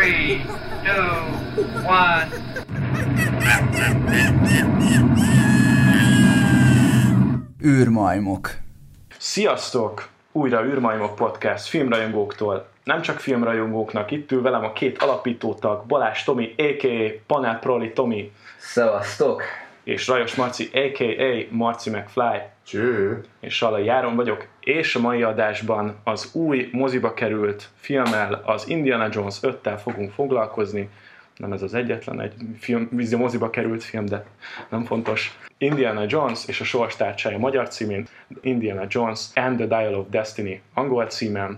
3, 2, 1. űrmajmok. Sziasztok! Újra űrmajmok podcast filmrajongóktól. Nem csak filmrajongóknak, itt ül velem a két alapítótag, Balázs Tomi, a.k.a. Panel Proli Tomi. Szevasztok! És Rajos Marci, a.k.a. Marci McFly. Cső! És Salai Járon vagyok, és a mai adásban az új moziba került filmmel, az Indiana Jones 5-tel fogunk foglalkozni. Nem ez az egyetlen egy moziba került film, de nem fontos. Indiana Jones és a Sorstárcsája magyar címén, Indiana Jones and the Dial of Destiny angol címen.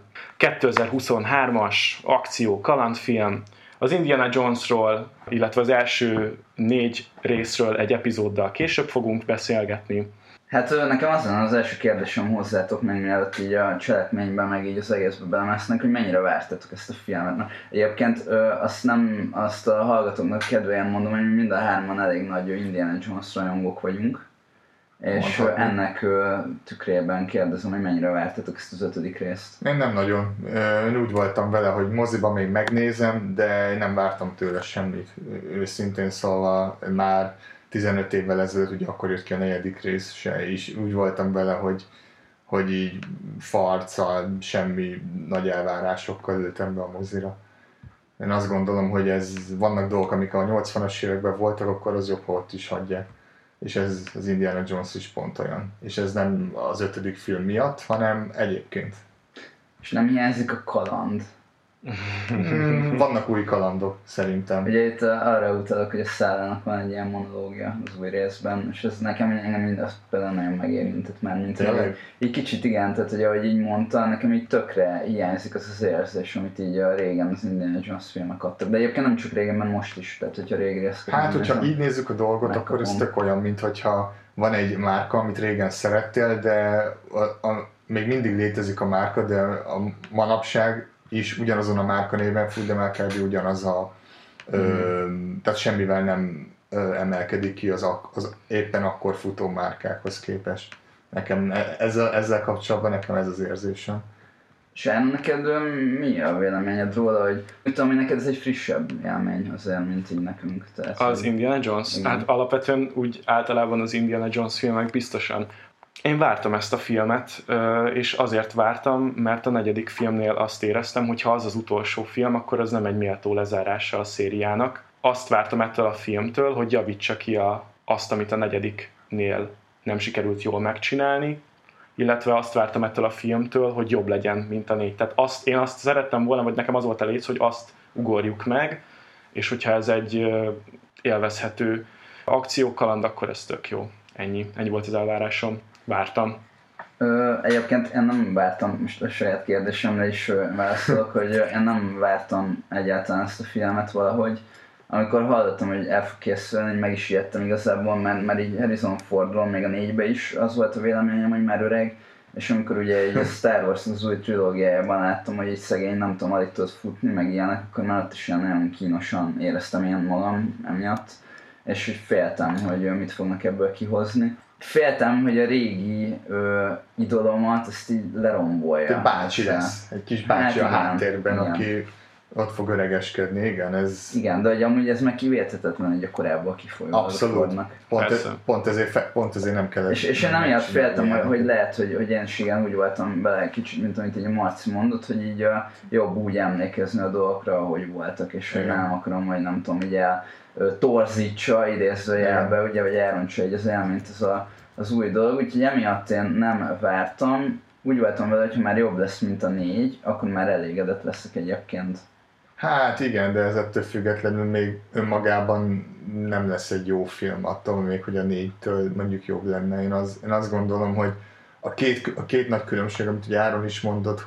2023-as akció kalandfilm. Az Indiana Jonesról, illetve az első 4 részről egy epizóddal később fogunk beszélgetni. Hát nekem az lenne az első kérdésem hozzátok meg, mielőtt így a cselekményben, meg így az egészben belemesznek, hogy mennyire vártatok ezt a filmet. Na, egyébként azt a hallgatóknak kedvéért mondom, hogy mi mind a hárman elég nagy Indiana Jones rajongók vagyunk. És ennek tükrében kérdezem, hogy mennyire vártatok ezt az 5. részt. Én nem nagyon. Én úgy voltam vele, hogy moziba még megnézem, de én nem vártam tőle semmit. Őszintén szólva már 15 évvel ezelőtt, ugye akkor jött ki a 4. rész se, és úgy voltam vele, hogy így farccal, semmi nagy elvárásokkal ültem be a mozira. Én azt gondolom, hogy vannak dolgok, amik a 80-as években voltak, akkor az jobb, ha ott is hagyják. És ez az Indiana Jones is pont olyan. És ez nem az 5. film miatt, hanem egyébként. És nem hiányzik a kaland? Vannak új kalandok, szerintem. Ugye itt arra utalok, hogy a Szállának van egy ilyen monológia az új részben, és ez engem mindezt például nagyon megérintett már, mint egy kicsit igen, tehát hogy ahogy így mondta, nekem így tökre hiányzik az érzés, amit így a régen az Indiana Jones filmek adtak. De egyébként nem csak régen, mert most is, tehát hogyha régi részt. Hát, hogyha így nézzük a dolgot, akkor ez tök olyan, mintha van egy márka, amit régen szerettél, de még mindig létezik a márka, de a manapság is ugyanazon a márkanéven fut, de már kb. Ugyanaz tehát semmivel nem emelkedik ki az éppen akkor futó márkákhoz képest. Nekem ezzel kapcsolatban nekem ez az érzésem. És neked mi a véleményed róla, hogy tudom, hogy neked ez egy frissebb élmény azért, mint így nekünk. Tehát, az Indiana Jones? Igen. Hát alapvetően úgy általában az Indiana Jones filmek biztosan. Én vártam ezt a filmet, és azért vártam, mert a 4. filmnél azt éreztem, hogy ha az utolsó film, akkor az nem egy méltó lezárása a szériának. Azt vártam ettől a filmtől, hogy javítsa ki azt, amit a 4-nél nem sikerült jól megcsinálni, illetve azt vártam ettől a filmtől, hogy jobb legyen, mint a 4. Tehát én azt szerettem volna, vagy nekem az volt a léc, hogy azt ugorjuk meg, és hogyha ez egy élvezhető akciókaland, akkor ez tök jó. Ennyi volt az elvárásom. Vártam. Egyébként én nem vártam, most a saját kérdésemre is válaszolok, hogy én nem vártam egyáltalán ezt a filmet valahogy. Amikor hallottam, hogy el fog készülni, meg is ijedtem igazából, mert így Harrison Fordról még a 4-be is az volt a véleményem, hogy már öreg, és amikor ugye egy Star Wars az új trilógiájában láttam, hogy egy szegény nem tudom, alig tud futni, meg ilyenek, akkor már ott is ilyen nagyon kínosan éreztem én magam emiatt, és hogy féltem, hogy mit fognak ebből kihozni. Féltem, hogy a régi idolomat azt így lerombolja. De bácsi lesz, egy kis bácsi a háttérben, igen. Aki ott fog öregeskedni, igen, ez... Igen, de hogy amúgy ez meg kivéthetetlen, hogy a korábban kifolyólag abszolút, pont ezért nem kellett... És én amiatt féltem, hogy lehet, hogy én is igen úgy voltam bele kicsit, mint amit így a Marci mondott, hogy így jobb úgy emlékezni a dolgokra, ahogy voltak, és hogy nem akarom, hogy nem tudom, így torzítsa idézőjelbe, ugye, vagy elrontsa így az élményt az új dolog, úgyhogy emiatt én nem vártam. Úgy voltam vele, hogy ha már jobb lesz, mint a 4, akkor már elégedett leszek egyébként. Hát igen, de ez ettől függetlenül még önmagában nem lesz egy jó film, attól még, hogy a 4-től mondjuk jobb lenne. Én azt gondolom, hogy a két nagy különbség, amit ugye Áron is mondott,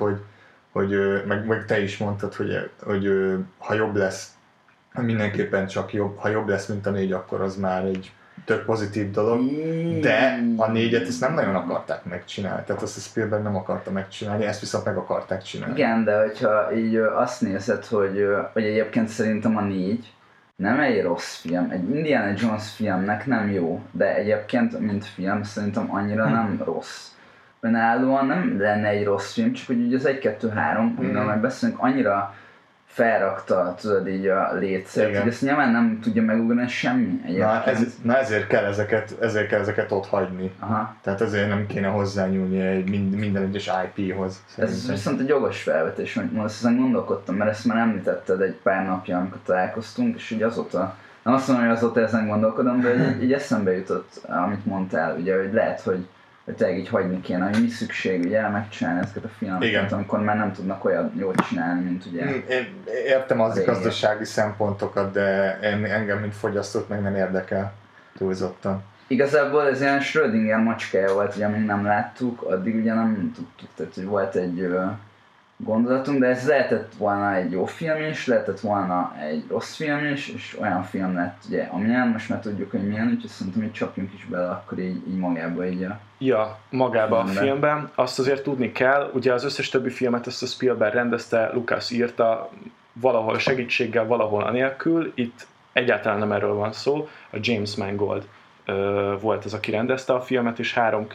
meg te is mondtad, hogy ha jobb lesz, mindenképpen csak jobb, ha jobb lesz, mint a 4, akkor az már egy tök pozitív dolog, de a 4-et ezt nem nagyon akarták megcsinálni, tehát azt a Spielberg nem akarta megcsinálni, ezt viszont meg akarták csinálni. Igen, de hogyha így azt nézed, hogy egyébként szerintem a 4 nem egy rossz film, egy Indiana Jones filmnek nem jó, de egyébként mint film szerintem annyira nem rossz. Önállóan nem lenne egy rossz film, csak hogy ugye az 1-2-3, amiről már beszélünk, annyira felrakta, tudod így a létszert, Igen. hogy ezt nyilván nem tudja megugrani semmi egyébként. Ezért kell ezeket ott hagyni. Aha. Tehát ezért nem kéne hozzányúlni minden egyes IP-hoz. Ez szerintem. viszont egy jogos felvetés, amit mondasz, ezen gondolkodtam, mert ezt már említetted egy pár napja, amikor találkoztunk, és így azóta, nem azt mondom, hogy azóta ezen gondolkodom, de így eszembe jutott, amit mondtál, ugye, hogy lehet, hogy tényleg így hagyni kéne, hogy mi szükség ugye megcsinálni ezeket a filmeket, amikor már nem tudnak olyan jól csinálni, mint ugye... Én értem az gazdasági szempontokat, de engem, mint fogyasztót meg nem érdekel túlzottan. Igazából ez ilyen Schrödinger macskája volt, ugye amíg nem láttuk, addig ugye nem tudtuk, tehát hogy volt egy gondolatunk, de ez lehetett volna egy jó film is, lehetett volna egy rossz film is, és olyan film lett ugye, amilyen, most már tudjuk, hogy milyen, úgyhogy szerintem így csapjunk is bele akkor így magába így a... Ja, magába a filmben. Azt azért tudni kell, ugye az összes többi filmet ezt a Spielberg rendezte, Lucas írta, valahol segítséggel, valahol anélkül. Itt egyáltalán nem erről van szó. A James Mangold volt az, aki rendezte a filmet, és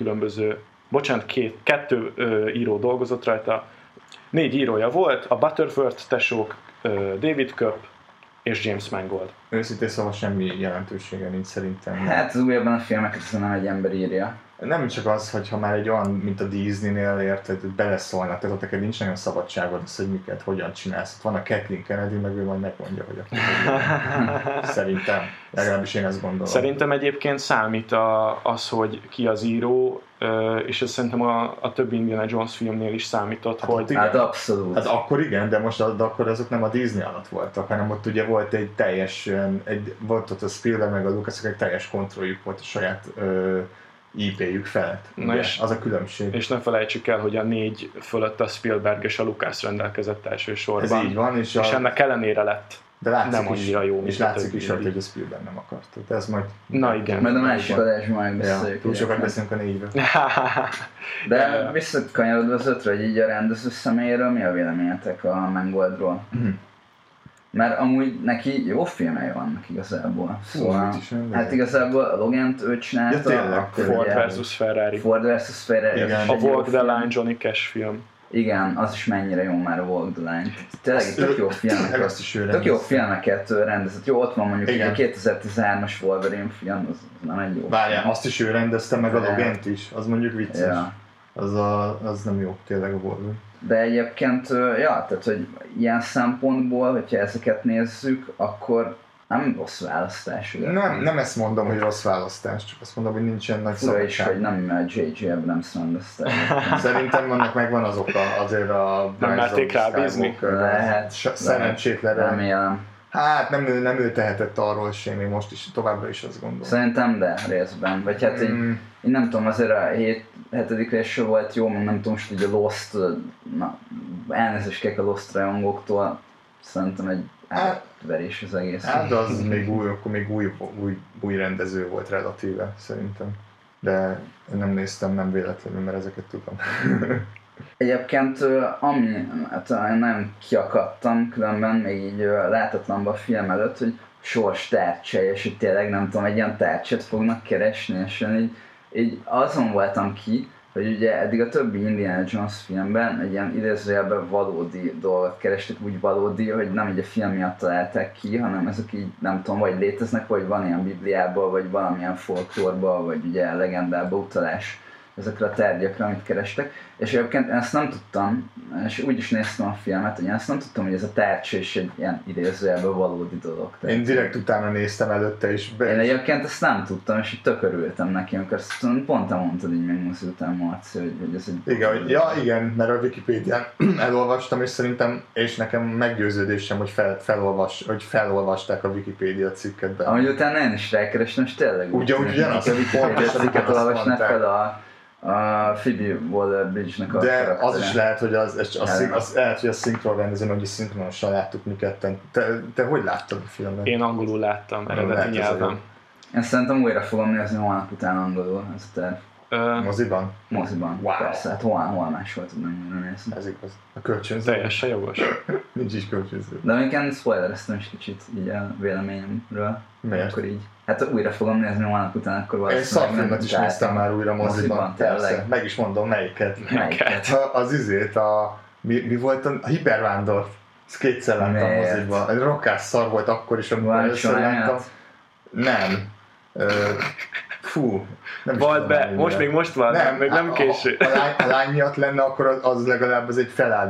kettő író dolgozott rajta. 4 írója volt, a Butterworth tesók, David Koepp és James Mangold. Őszintén szóval semmi jelentősége nincs szerintem. Hát az újabban a filmeket ez nem egy ember írja. Nem csak az, hogyha már egy olyan, mint a Disneynél érted, hogy beleszólnak, tehát ott neked nincs nagyon szabadságod az, hogy miket, hogyan csinálsz. Ott van a Kathleen Kennedy, meg ő majd megmondja, hogy szerintem. Legalábbis én ezt gondolom. Szerintem egyébként számít az, hogy ki az író, és ez szerintem a többi Indiana Jones filmnél is számított, hogy... Hát abszolút. Hát akkor igen, de most akkor azok nem a Disney alatt voltak, hanem ott ugye volt egy teljes, volt ott a Spielberg meg a Lucasok egy teljes kontrolljuk volt a saját IP-jük felett. És az a különbség. És ne felejtsük el, hogy a 4 fölött a Spielberg és a Lucas rendelkezett elsősorban. Ez így van. És ennek ellenére lett de nem annyira jó, és látszik is, hogy a Spielberg nem akart. De ez majd... Na igen. Majd a másik adásban megbeszéljük. Túl sokat beszélünk a 4-ről. De visszakanyarodva az 5-re, hogy így a rendező személyéről, mi a véleményetek a Mangoldról? Mert amúgy neki jó filmei vannak igazából. Szóval, hát igazából a Logant ő csinálta. Ja, Ford vs. Ferrari. Ford vs. Ferrari. A Walk the Line Johnny Cash film. Igen, az is mennyire jó már a Walk the Line. Tényleg tök jó filmeket rendezett. Jó, ott van mondjuk a 2013-as Wolverine film, az nem egy jó. Várjál, azt is ő rendezte, meg a Logant is, az mondjuk vicces. Ja. Az nem jó, tényleg a Wolverine. De egyébként, ja, tehát hogy ilyen szempontból, hogyha ezeket nézzük, akkor nem rossz választás. Ugye? Nem ezt mondom, hogy rossz választás, csak azt mondom, hogy nincsen nagy szabadság. Is, hogy nem J.J. Abrams rendezte. Szerintem annak megvan az oka, azért a nem merték rábízni. Lehet. Szerencsétlen. Remélem. Hát nem ő tehetett arról sem, még most is, továbbra is azt gondolom. Szerintem de részben. Vagy hát én nem tudom, azért a 7. része volt jó, meg nem tudom most, hogy a Lost, elnézést kérek a Lost rajongóktól, szerintem egy átverés az egész. Hát de az akkor még új rendező volt relatíve, szerintem. De én nem néztem, nem véletlenül, mert ezeket tudom. Egyébként, ami hát nem kiakadtam, különben még így látatlanban a film előtt, hogy sors tárcsája, és hogy tényleg nem tudom, egy ilyen tárcsát fognak keresni, és így azon voltam ki, hogy ugye eddig a többi Indiana Jones filmben egy ilyen idézőjelben valódi dolgot kerestek, úgy valódi, hogy nem így a film miatt találták ki, hanem ezek így nem tudom, vagy léteznek, vagy van ilyen Bibliában, vagy valamilyen folklórban, vagy ugye legendában utalás ezekre a tárgyakra, amit kerestek. És egyébként ezt nem tudtam, és úgy is néztem a filmet, hogy én ezt nem tudtam, hogy ez a tárcsa is egy ilyen idézőjelben valódi dolog. Én direkt utána néztem előtte is. Én egyébként ezt nem tudtam, és így tök örültem neki, amikor ezt pont mondtad így még most után, Marci, hogy ez egy... Igen, mert a Wikipédián elolvastam, és szerintem, és nekem meggyőződésem, hogy felolvasták a Wikipédia cikket be. Amúgy utána én is rákerestem, és tényleg ugyanazt a Wikipédia cikket olvasnak fel a Phoebe Waller-Bridge-nek a de karaktere. az is lehet, hogy lehet, hogy a szinkron rendező, hogy szinkronosan láttuk mi ketten. Te hogy láttad a filmet? Én angolul láttam, eredeti nyelven. Én szerintem újra fogom nézni holnap után angolul, ez a terv. Moziban? Moziban, wow. Persze, hát hol máshol tudnám újra nézni. Ez igaz. A kölcsönző? Teljesen jogos. Nincs is kölcsönző. De amiken spoilereztem is kicsit így a véleményemről. Miért? Akkor így. Hát újra fogom nézni holnap után, akkor valószínűleg... Én szarfilmet is néztem már újra moziban. Persze. Meg is mondom, melyiket. Melyiket? Az izét, mi volt a Hipervándor. Ezt kétszer láttam Miért? moziba. Egy rokkás szar volt akkor is, amikor Van először láttam. saját? Nem. Fú. Nem is Vald tudom be, elmondani. most van, még nem késő. A lány miatt lenne, akkor az legalább az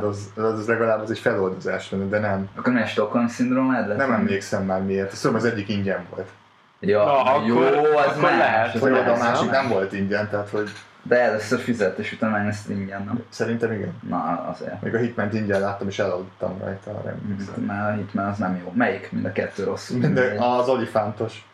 egy feloldozás lenne, de nem. Akkor mi a Stockholm-szindrómád lett? Nem emlékszem már miért. Azt tudom, az egyik ingyen volt. Ja, Na, jó, az akkor más. lehet, az Hogy oda a más, másik az nem más. volt ingyen, tehát hogy De először fizet, és utána megnézted ingyen, nem? szerintem igen. Na, azért. Még a Hitment ingyen láttam, és elaludtam rajta, arra emlékszem. Már a Hitman az nem jó. Melyik? Mind a kettő rosszul. De az olifántos.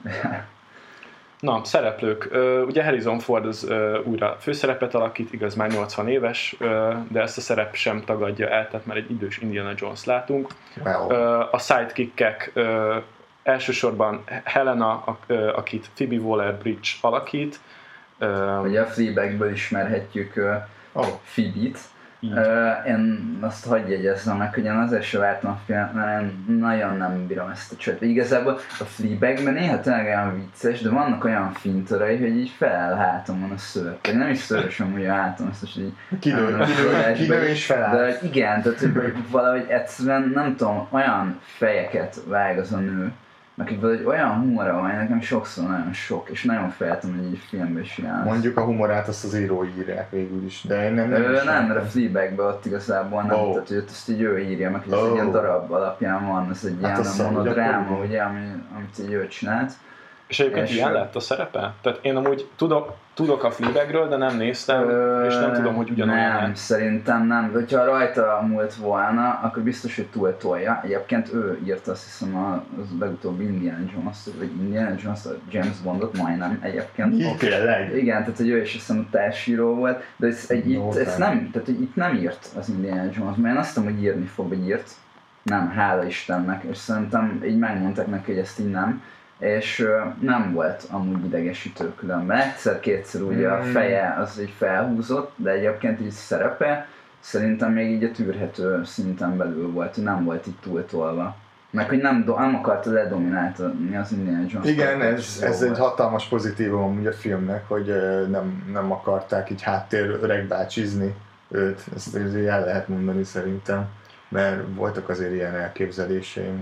Na, szereplők. Ugye Harrison Ford az újra főszerepet alakít, igaz már 80 éves, de ezt a szerep sem tagadja el, tehát már egy idős Indiana Jones látunk. Wow. A sidekickek elsősorban Helena, akit Phoebe Waller-Bridge alakít. Ugye a Fleabagből ismerhetjük Oh. Phoebe-t. Így. Én azt hadd jegyezzem meg, hogy én azért sem vártam a filmet, mert én nagyon nem bírom ezt a csőt. Igazából a Fleabagben néha tényleg olyan vicces, de vannak olyan fintorai, hogy így feláll hátamon a szőr. Pedig nem is szőrösen úgy a hátam, ezt most így... Kinő és feláll. De igen, tehát hogy valahogy egyszerűen nem tudom, olyan fejeket vág az a nő, meg valahogy olyan humora van, nekem sokszor nagyon sok, és nagyon féltem, hogy így filmben is ilyen. Mondjuk a humorát azt az írói írják végül is, de én nem is Nem, láttam. mert a Fleabagben ott igazából nem, tehát hogy ott azt így ő írja, meg hogy ez egy ilyen darab alapján van, ez egy Hát azt ilyen monodráma, mondjuk, ugye, amit így ő csinált. És egyébként És ilyen lett a szerepe? Tehát én amúgy tudok a Fleabagről, de nem néztem, és nem tudom, hogy ugyanolyan Nem, lett. szerintem nem. De hogyha rajta múlt volna, akkor biztos, hogy túltolja. Egyébként ő írta azt hiszem az legutóbbi Indiana Jones-t, vagy Indiana Jones, a James Bondot majdnem egyébként. Így tényleg? Igen, tehát hogy ő is azt hiszem a társíró volt, de ez nem, tehát hogy itt nem írt az Indiana Jones, mert én azt tudom, hogy írni fog, vagy írt. Nem, hála Istennek, és szerintem így megmondták neki, hogy ezt így nem. És nem volt amúgy idegesítő különben. Egyszer-kétszer ugye a feje az így felhúzott, de egyébként így szerepe szerintem még így a tűrhető szinten belül volt, hogy nem volt így túltolva. Meg hogy nem akarta ledominálni az Indiana Jones. Igen, ez egy hatalmas pozitívum amúgy a filmnek, hogy nem akarták így háttér öregbácsizni őt, ezt így el lehet mondani szerintem, mert voltak azért ilyen elképzeléseim,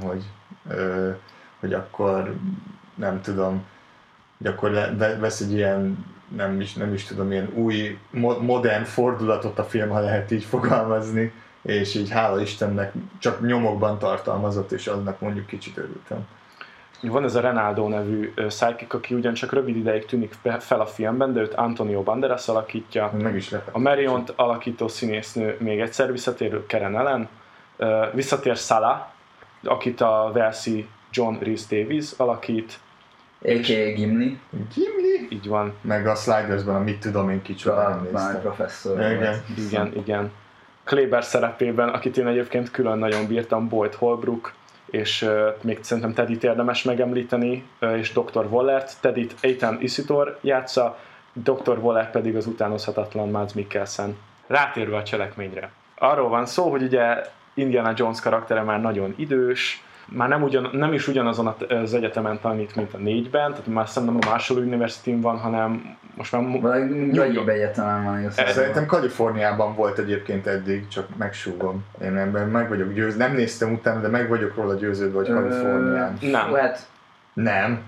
hogy akkor nem tudom, hogy akkor vesz egy ilyen, nem is tudom, ilyen új, modern fordulatot a film, ha lehet így fogalmazni, és így hála Istennek csak nyomokban tartalmazott, és annak mondjuk kicsit örültem. Van ez a Ronaldo nevű sidekick, aki ugyancsak rövid ideig tűnik fel a filmben, de őt Antonio Banderas alakítja. Meg is lepett. A Mariont alakító színésznő még egyszer visszatér, Karen Ellen. Visszatér Salah, akit a Walesi John Rhys Davies alakít. A.K.A. Gimli. Gimli? Így van. Meg a Slidersben a mit tudom én kicsoda nem Van néztem. professzor. Igen. Kleber szerepében, akit én egyébként külön nagyon bírtam, Boyd Holbrook, és még szerintem Teddyt érdemes megemlíteni, és Dr. Wallert. Teddyt Ethan Isidore játsza, Dr. Waller pedig az utánozhatatlan Mads Mikkelsen. Rátérve a cselekményre. Arról van szó, hogy ugye Indiana Jones karaktere már nagyon idős, már nem is ugyanazon az egyetemen tanít, mint a 4-ben, tehát már szerintem a Marshall University-n van, hanem most már... Nagyobb egyetemen van igazából. Szerintem Kaliforniában volt egyébként eddig, csak megsúgom. Én ebben meg vagyok győződve, nem néztem utána, de meg vagyok róla győződve, hogy Kalifornián. Nem. Hát, Nem.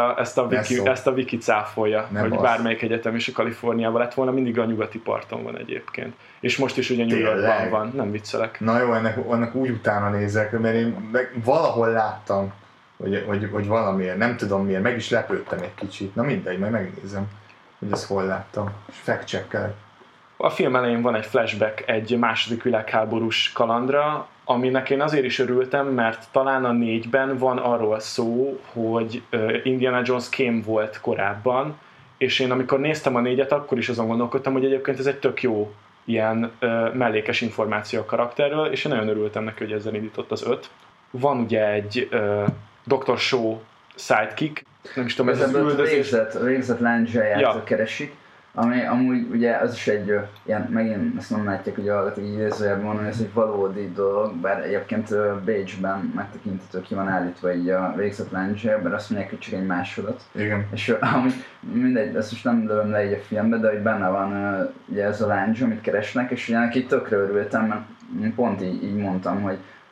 Ezt a wiki cáfolja, Nem hogy az. bármelyik egyetem is a Kaliforniában lett volna, mindig a nyugati parton van egyébként. És most is ugye New Yorkban Tényleg? van, nem viccelek. Na jó, ennek úgy utána nézek, mert én valahol láttam, hogy valamiért, nem tudom miért, meg is lepődtem egy kicsit. Na mindegy, majd megnézem, hogy ezt hol láttam. És fact-checkelek. A film elején van egy flashback egy második világháborús kalandra, aminek én azért is örültem, mert talán a 4-ben van arról szó, hogy Indiana Jones kém volt korábban, és én amikor néztem a 4-et, akkor is azon gondolkodtam, hogy egyébként ez egy tök jó ilyen mellékes információ a karakterről, és én nagyon örültem neki, hogy ezzel indított az 5. Van ugye egy Dr. Shaw sidekick, nem is tudom, ez az üldözés. Végzett lándzsáját keresik, ami amúgy ugye az is egy ilyen, megint ezt nem látják, hogy hallgatok így idézőjelben mondom, ez egy valódi dolog, bár egyébként Bécsben megtekinthető ki van állítva így a végzett lándzsája, bár azt mondják, hogy csak egy másodat. Igen. És amúgy mindegy, ezt most nem lövöm le így a filmbe, de hogy benne van ugye ez a lándzsa, amit keresnek, és ugye neki tökre örültem, mert pont így mondtam,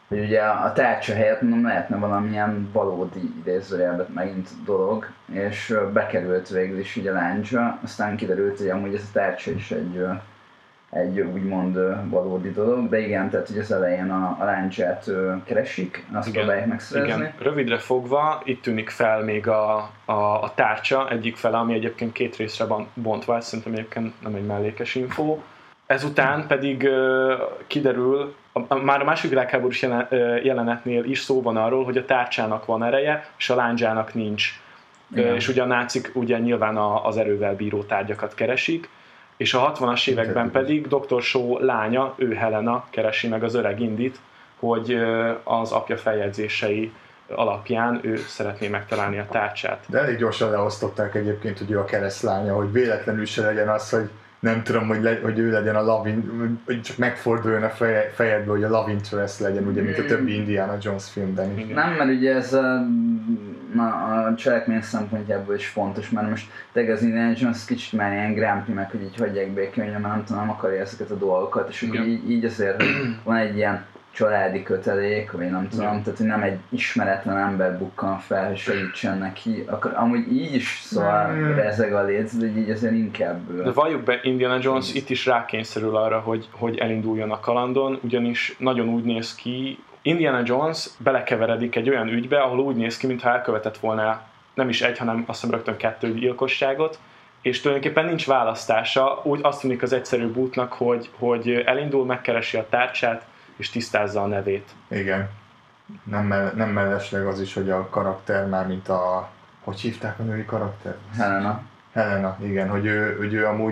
hogy ugye a tárcsa helyett mondom lehetne valamilyen valódi idézőjelben megint dolog, és bekerült végül is ugye a láncsa, aztán kiderült, hogy amúgy ez a tárcsa is egy úgymond valódi dolog, de igen, tehát ugye az elején a láncsát keresik, azt próbálják megszerezni. Igen, rövidre fogva itt tűnik fel még a tárcsa egyik fele, ami egyébként 2 részre van bontva, ez szerintem egyébként nem egy mellékes info. Ezután pedig kiderül, már a második világháborús jelenetnél is szó van arról, hogy a tárcsának van ereje, és a lándzsának nincs. És ugye a nácik ugye nyilván az erővel bíró tárgyakat keresik, és a 60-as években pedig Dr. Shaw lánya, ő Helena keresi meg az öreg Indit, hogy az apja feljegyzései alapján ő szeretné megtalálni a tárcsát. De elég gyorsan leosztották egyébként, hogy ő a keresztlánya, hogy véletlenül se legyen az, hogy nem tudom, hogy ő legyen a hogy csak megforduljon a fejedbe, hogy a love interest legyen, ugye, mint a többi Indiana Jones filmben is. Nem, mert ugye ez a cselekmény szempontjából is fontos, mert most tényleg az Indiana Jones kicsit már ilyen grumpy, meg hogy így hagyják békén, mert nem tudom, nem akarja ezeket a dolgokat, és így azért van egy ilyen családi kötelék, vagy nem tudom, tehát hogy nem egy ismeretlen ember bukkan fel, hogy segítsen neki, akkor amúgy így is szóval rezeg a léc, de így azért inkább... De valljuk be, Indiana Jones itt is rákényszerül arra, hogy elinduljon a kalandon, ugyanis nagyon úgy néz ki, Indiana Jones belekeveredik egy olyan ügybe, ahol úgy néz ki, mintha elkövetett volna nem is egy, hanem azt hiszem rögtön 2 gyilkosságot, és tulajdonképpen nincs választása, úgy azt tűnik az egyszerűbb útnak, hogy elindul, megkeresi a tárcsát, és tisztázza a nevét. Igen. Nem mellesleg az is, hogy a karakter már mint hogy hívták a női karakter? Helena, igen, hogy ő amúgy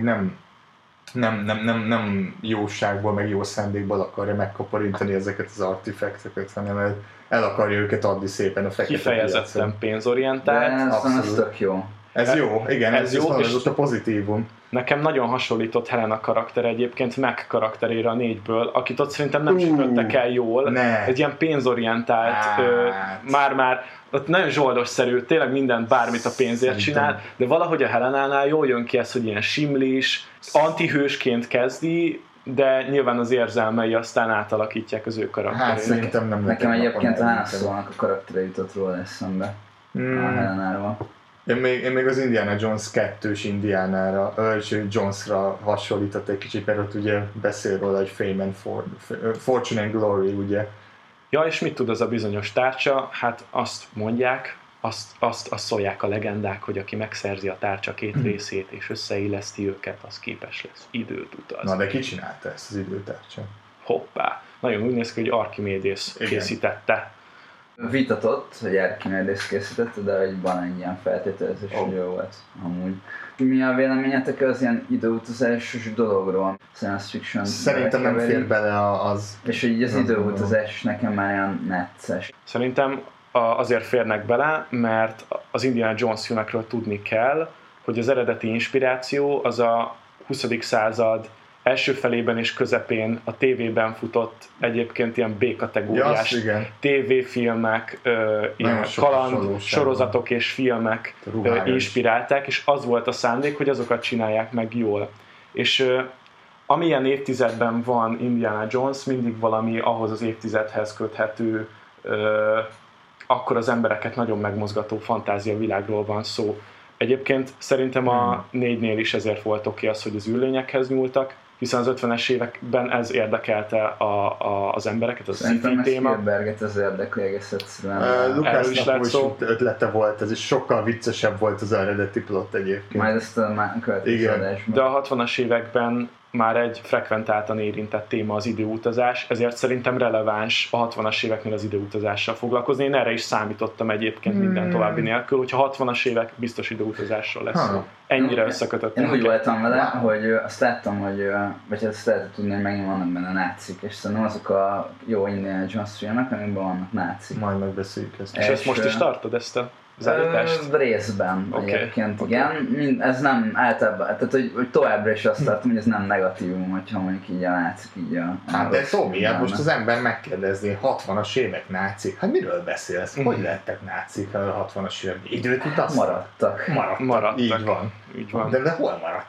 nem jóságból, meg jó szándékból akarja megkaparintani ezeket az artifakteket, hanem el akarja őket adni szépen a fekete kifejezetten pénzorientált. De ez tök jó. Ez jó, igen, ez jó, és a pozitívum. Nekem nagyon hasonlított Helena karakter egyébként Mac karakterére a 4-ből, akit ott szerintem nem sütöttek el jól. Egy ilyen pénzorientált, már ott nagyon zsoldosszerű, tényleg mindent, bármit a pénzért csinál, de valahogy a Helenánál jól jön ki ez, hogy ilyen simlis, antihősként kezdi, de nyilván az érzelmei aztán átalakítják az ő karakterét. Hát szerintem nem nekem egyébként a Han Solo-nak a karaktere jutott róla eszembe a Helenáról. Én még az Indiana Jones 2-s Indiánára, Jonesra hasonlított egy kicsit, mert ott ugye beszél róla, hogy Fame and Fortune and Glory, ugye. Ja, és mit tud az a bizonyos tárcsa? Hát azt mondják, azt szólják a legendák, hogy aki megszerzi a tárcsa 2 részét és összeilleszti őket, az képes lesz időt utazni. Na de ki csinálta ezt az időtárcsa? Hoppá! Nagyon úgy néz ki, hogy Archimedes készítette. Vitatott, hogy Archimedes készítette, de hogy van egy ilyen feltételezés, hogy jó volt amúgy. Mi a véleményetek az ilyen időutazásos dologról? Science fiction. Szerintem nem fér bele az... És hogy így az időutazás nekem már ilyen necces. Szerintem azért férnek bele, mert az Indiana Jones filmekről tudni kell, hogy az eredeti inspiráció az a 20. század első felében és közepén a tévében futott egyébként ilyen B-kategóriás tévéfilmek, ilyen kaland sorozatok és filmek inspirálták, és az volt a szándék, hogy azokat csinálják meg jól. És amilyen évtizedben van Indiana Jones, mindig valami ahhoz az évtizedhez köthető, akkor az embereket nagyon megmozgató fantáziavilágról van szó. Egyébként szerintem a 4-nél is ezért volt oké az, hogy az űrlényekhez nyúltak, hiszen az 50-es években ez érdekelte az embereket, az sci-fi téma. Szerintem Spielberget az érdekli egész egyszerűen. Lucasnak is ötlete volt, ez is sokkal viccesebb volt az eredeti plot egyébként. Majd ezt a következő adásban. De a 60-as években már egy frekventáltan érintett téma az időutazás, ezért szerintem releváns a 60-as éveknél az időutazással foglalkozni. Én erre is számítottam egyébként minden további nélkül, hogyha 60-as évek biztos időutazással lesz. Ennyire összekötöttem. Én úgy voltam vele, hogy azt láttam, vagy azt lehetett tudni, hogy megint vannak benne nácik, és szerintem azok a jó Indiana Jones filmek, amikben vannak nácik. Majd megbeszéljük ezt. És ezt most is tartod, ezt az állítást? Részben egyébként, igen. Ez nem általában, tehát hogy továbbra is azt tartom, hogy ez nem negatívum, hogyha mondjuk így a nácik így a... Hát de Tomi, hát most az ember megkérdezni, 60-as évek nácik, hát miről beszélsz? Hogy lettek nácik a 60-as évek? Időt utaztak? Maradtak. Így van. Így van. De hol maradtak?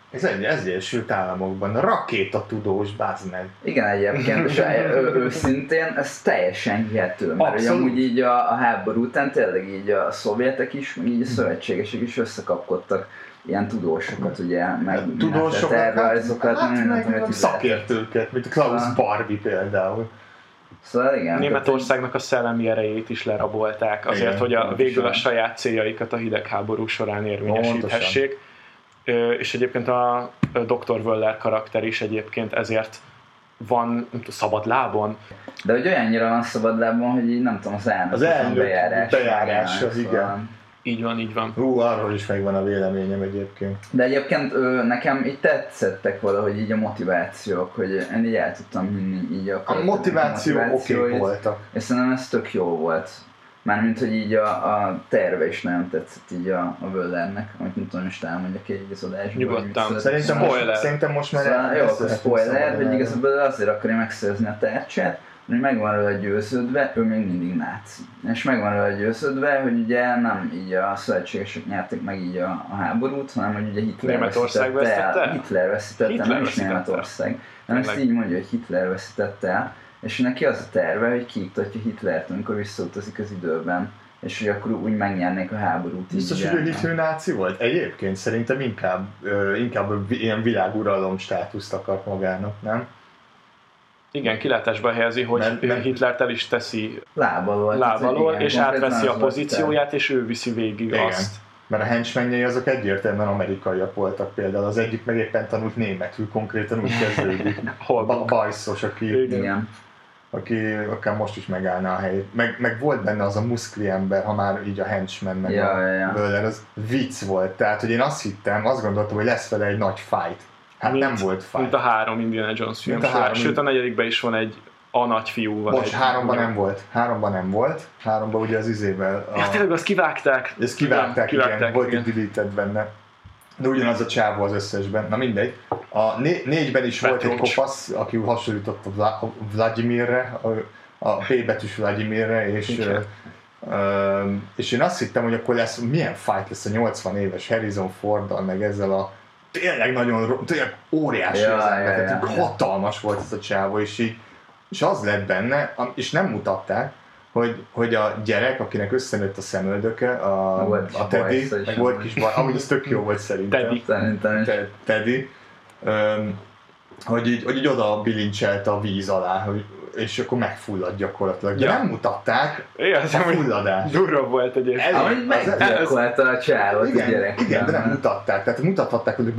Ez Egyesült Államokban, rakétatudós, bázd meg. Igen, egyébként, és őszintén ez teljesen hihető, mert ugye Abszolút. amúgy így a háború után tényleg így a szovjetek is, meg így a szövetségesek is összekapkodtak ilyen tudósokat, ugye, meg tervrajzokat, meg szakértőket, mint a Klaus Barbie például. Szóval igen. Németországnak a szellemi erejét is lerabolták azért, Igen, hogy végül a saját céljaikat a hidegháború során érvényesíthessék. És egyébként a Dr. Wöller karakter is egyébként ezért van szabad lábon. De hogy olyannyira van szabad lábon, hogy így nem tudom, az elnök bejárás az igen. Így van. Arról is megvan a véleményem egyébként. De egyébként nekem így tetszettek valahogy így a motivációk, hogy én így el tudtam hinni így a motiváció oké voltak. És szerintem ez tök jó volt. Mármint, hogy így a terve is nagyon tetszett így a Wöllernek, amit nem tudom, most elmondjak egy igazodásban. Nyugodtan. Szerintem most már szóval jó, akkor spoiler, hogy igazából azért akarja megszerezni a tárcsát, hogy megvan róla győződve, ő még mindig náci. És megvan róla győződve, hogy ugye nem így a szövetségesek nyerték meg így a háborút, hanem hogy ugye Hitler veszítette, nem is Németország. Nem ezt így mondja, hogy Hitler veszítette el. És neki az a terve, hogy kiiktatja Hitlert, amikor visszautazik az időben, és hogy akkor úgy megnyernék a háborút. Biztos, hogy ő hitő náci volt? Egyébként szerintem inkább ilyen világuralom státuszt akart magának, nem? Igen, kilátásba helyezi, hogy Hitlert el is teszi lábalól, és átveszi a pozícióját, és ő viszi végig azt. Mert a henchmenjei azok egyértelműen amerikaiak voltak például, az egyik meg éppen tanult németül, konkrétan úgy kezdődik. Bajszos, aki akár most is megállná a helyét. Meg volt benne az a muszkli ember, ha már így a henchman meg Wöller, az vicc volt. Tehát, hogy én azt gondoltam, hogy lesz vele egy nagy fight. Hát nem volt fight. Mint a 3 Indiana Jones film. Sőt, a 4. is van a nagyfiúval. Most 3-ban nem volt. 3-ban ugye az izével. Ja, tényleg azt kivágták. Ezt kivágták, igen. Volt egy deleted benne. De ugyanaz a csávó az összesben. Na mindegy. A 4-ben is volt egy kopasz, aki hasonlított a Vladimirre, a P betűs Vladimirre, és én azt hittem, hogy akkor milyen fight lesz a 80 éves Harrison Forddal, meg ezzel a tényleg óriási az ember, hatalmas volt ez a csávó, és az lett benne, és nem mutatták, hogy a gyerek, akinek összenőtt a szemöldöke, a Teddy, meg volt kis baj, amúgy ez tök jó volt szerintem. Teddy. Hogy így oda bilincselt a víz alá, és akkor megfullad gyakorlatilag. De nem mutatták a fulladást. Durva volt egyébként. Ahogy meggyilkolta a csávot a gyerek. Igen, de nem mutatták. Tehát mutathatták, hogy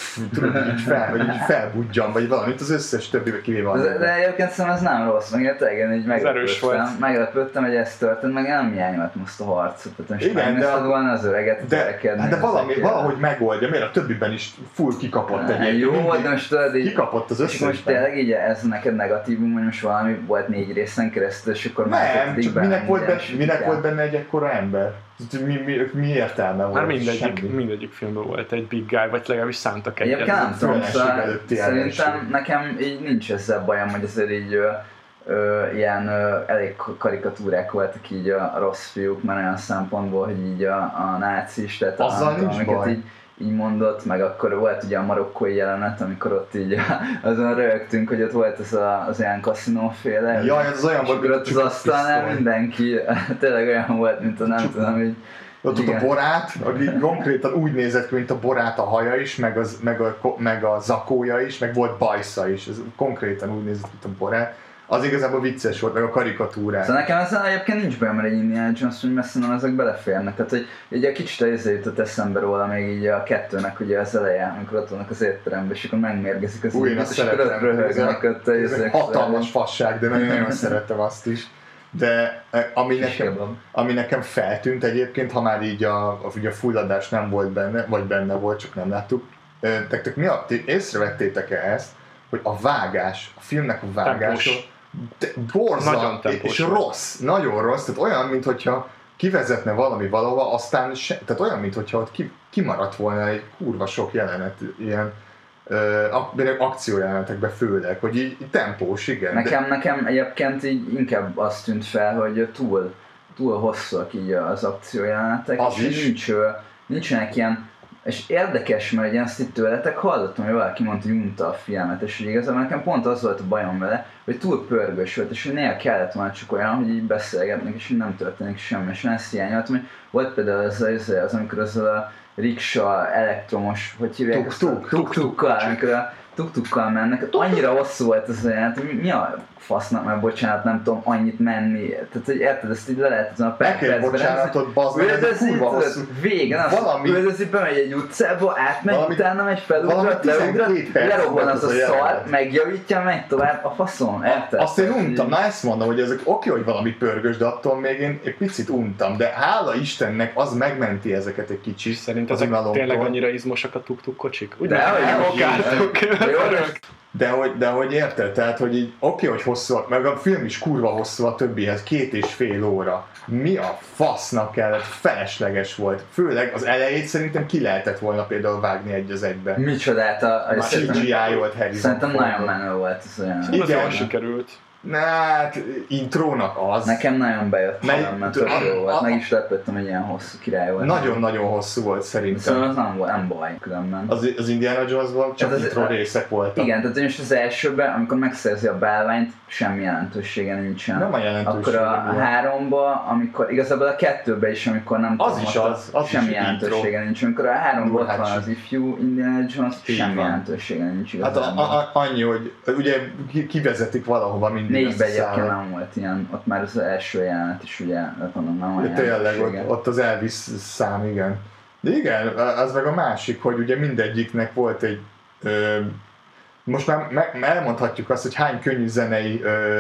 így felbudjan, vagy valamit az összes többibe kivéve van. De egyébként szerintem ez nem rossz, meg tényleg így meglepődtem, hogy ez történt, meg nem hiányolt most a harcot. Tehát most megnézted volna az öreget, de valahogy megoldja, miért a többiben is full kikapott egyébként. Jó, de most tudod így... Kikapott az összesben. Most tényleg így ez neked negatívum, hogy most valami volt 4 részen keresztül, és akkor nem, csak minek volt benne egy ekkora ember? Mi értelme volt? Már mindegyik filmben volt egy big guy, vagy legalábbis szántak egyet. Egyébként nem tudom, szerintem nekem így nincs ezzel bajom, hogy azért így ilyen elég karikatúrák voltak így a rossz fiúk, mert olyan szempontból, hogy így a nácis, tehát amiket így mondott, meg akkor volt ugye a marokkói jelenet, amikor ott így azon rögtünk, hogy ott volt az ilyen kaszinóféle. Jaj, ez olyan volt, hogy ott az asztalnál mindenki tényleg olyan volt, mint a nem tudom, hogy... Ott a borát, aki konkrétan úgy nézett ki, mint a borát a haja is, meg a zakója is, meg volt bajsza is. Ez konkrétan úgy nézett, mint a borát. Az igazából vicces volt, meg a karikatúrák. Szóval nekem ezzel egyébként nincs bajom, mert egy Indiana Jones, hogy messze nem ezek beleférnek. Tehát, hogy egy kicsit jutott eszembe róla még így a 2-nek ugye az eleje, amikor ott vannak az étteremben, és akkor megmérgezik az időt, és akkor ott röhögnek ott. Ez egy hatalmas fasság, de nagyon szerettem azt is. De ami nekem feltűnt egyébként, ha már így ugye a fulladás nem volt benne, vagy benne volt, csak nem láttuk. Észrevettétek-e ezt, hogy a filmnek a vágása borzalmas és rossz, nagyon rossz, tehát olyan, mintha kivezetne valami valahova, aztán tehát olyan, mintha ott kimaradt volna egy kurva sok jelenet, ilyen akciójelenetekben főleg, hogy így tempós, igen. Nekem egyébként így inkább azt tűnt fel, hogy túl hosszúak így az akciójelenetek, az és nincsenek ilyen És érdekes, mert én azt itt tőletek hallottam, hogy valaki mondta, hogy unta a filmet, és hogy igazából nekem pont az volt a bajom vele, hogy túl pörgős volt, és hogy néha kellett volna csak olyan, hogy így beszélgetnek, és így nem történik semmi, és ezt hiányoltam, hogy volt például az amikor az a riksa, elektromos, hogy hívják, tuk-tukkal, amikor a tuk-tukkal mennek, annyira hosszú volt az olyan, hogy mi a fasznak, már bocsánat, nem tudom annyit menni, tehát hogy érted, ezt így le lehet a percben. Bocsánatot, bazd meg, ez kurva hosszú. Végen az, üldözi, bemegy egy utcába, átmegy, utána megy felugrat, leugrat, lerobban az a szar, megjavítja, megy tovább, a faszom, érted? Azt én untam, na ezt mondom, hogy ezek oké, hogy valami pörgős, de attól még én egy picit untam, de hála Istennek az megmenti ezeket egy kicsit. Szerint ezek tényleg annyira izmosak a tuk-tuk kocsik? Úgy de hogy érted, tehát hogy így oké, hogy hosszú, meg a film is kurva hosszú a többihez, 2,5 óra. Mi a fasznak kellett, felesleges volt. Főleg az elejét szerintem ki lehetett volna például vágni egy az egybe. Micsodát a CGI volt Harrison. Szerintem nagyon menő volt ez olyan. Igen, sikerült. Na, hát intrónak az. Nekem nagyon bejött, mert tök jó volt. Meg is lepődtem, hogy ilyen hosszú király volt. Nagyon-nagyon hosszú volt szerintem. Szóval az nem baj különben. Az Indiana Jones-ban csak intro részek voltak. Igen, tehát most az elsőben, amikor megszerzi a bálványt, semmi jelentősége nincsen. Nem a jelentősége. Akkor a 3-ban, amikor igazából a 2-ben is, amikor nem az tudom, az semmi jelentősége nincs. Amikor a 3-ban ott van az ifjú Indiana Jones, semmi jelentősége nincs igazából. Hát annyi, hogy ugye kivezetik valahova mindig. 4-ben egyébként nem volt ilyen, ott már az első jelenet is ugye, mondom, nem olyan tényleg, ott az Elvis szám, igen. De igen, az meg a másik, hogy ugye mindegyiknek volt egy most már elmondhatjuk azt, hogy hány könnyű zenei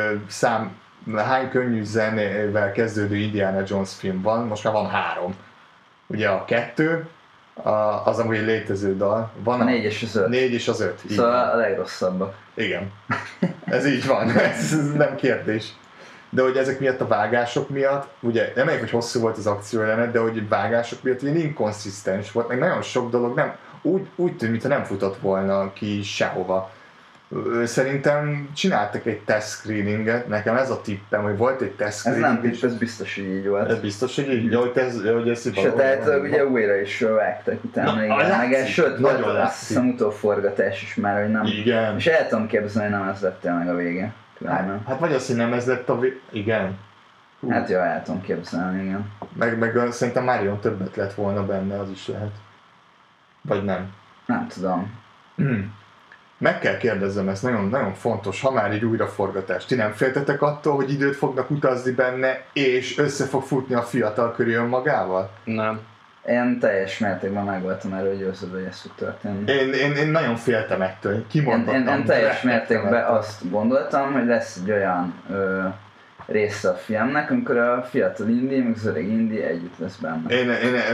hány könnyű zenével kezdődő Indiana Jones film van, most már van 3. Ugye a 2, az amúgy egy létező dal. Van a 4 és az 5. 4 és az 5. Szóval a legrosszabbak. Igen. Ez így van, ez nem kérdés. De hogy ezek miatt a vágások miatt, ugye nem melyik, hogy hosszú volt az akciójelenet, de hogy vágások miatt ilyen inkonzisztens volt, meg nagyon sok dolog nem, úgy tűnt, mintha nem futott volna ki sehova. Szerintem csináltak egy test screeninget, nekem ez a tippem, hogy volt egy test screening. Ez nem tipp, ez biztos, hogy így volt. Ez biztos, hogy így, hogy ez és tehát ugye újra is vágtak utána, igen. Sőt, nagyon azt hiszem utóforgatás is már, hogy nem. Igen. És el tudom képzelni, hogy nem ez lett meg a vége. Hát vagy azt, hogy nem ez lett a vége. Igen. Hát jó, el tudom képzelni, igen. Meg szerintem Marion többet lett volna benne, az is lehet. Vagy nem. Nem tudom. Meg kell kérdezzem, ez nagyon, nagyon fontos, ha már egy újraforgatás. Ti nem féltetek attól, hogy időt fognak utazni benne, és össze fog futni a fiatal köré önmagával? Nem. Én teljes mértékben meg voltam erről győződve, hogy ez fog történni. Én nagyon féltem ettől, kimondottam. Én teljes mértékben azt gondoltam, hogy lesz egy olyan része a filmnek, amikor a fiatal Indy, meg az öreg Indy együtt lesz benne. Én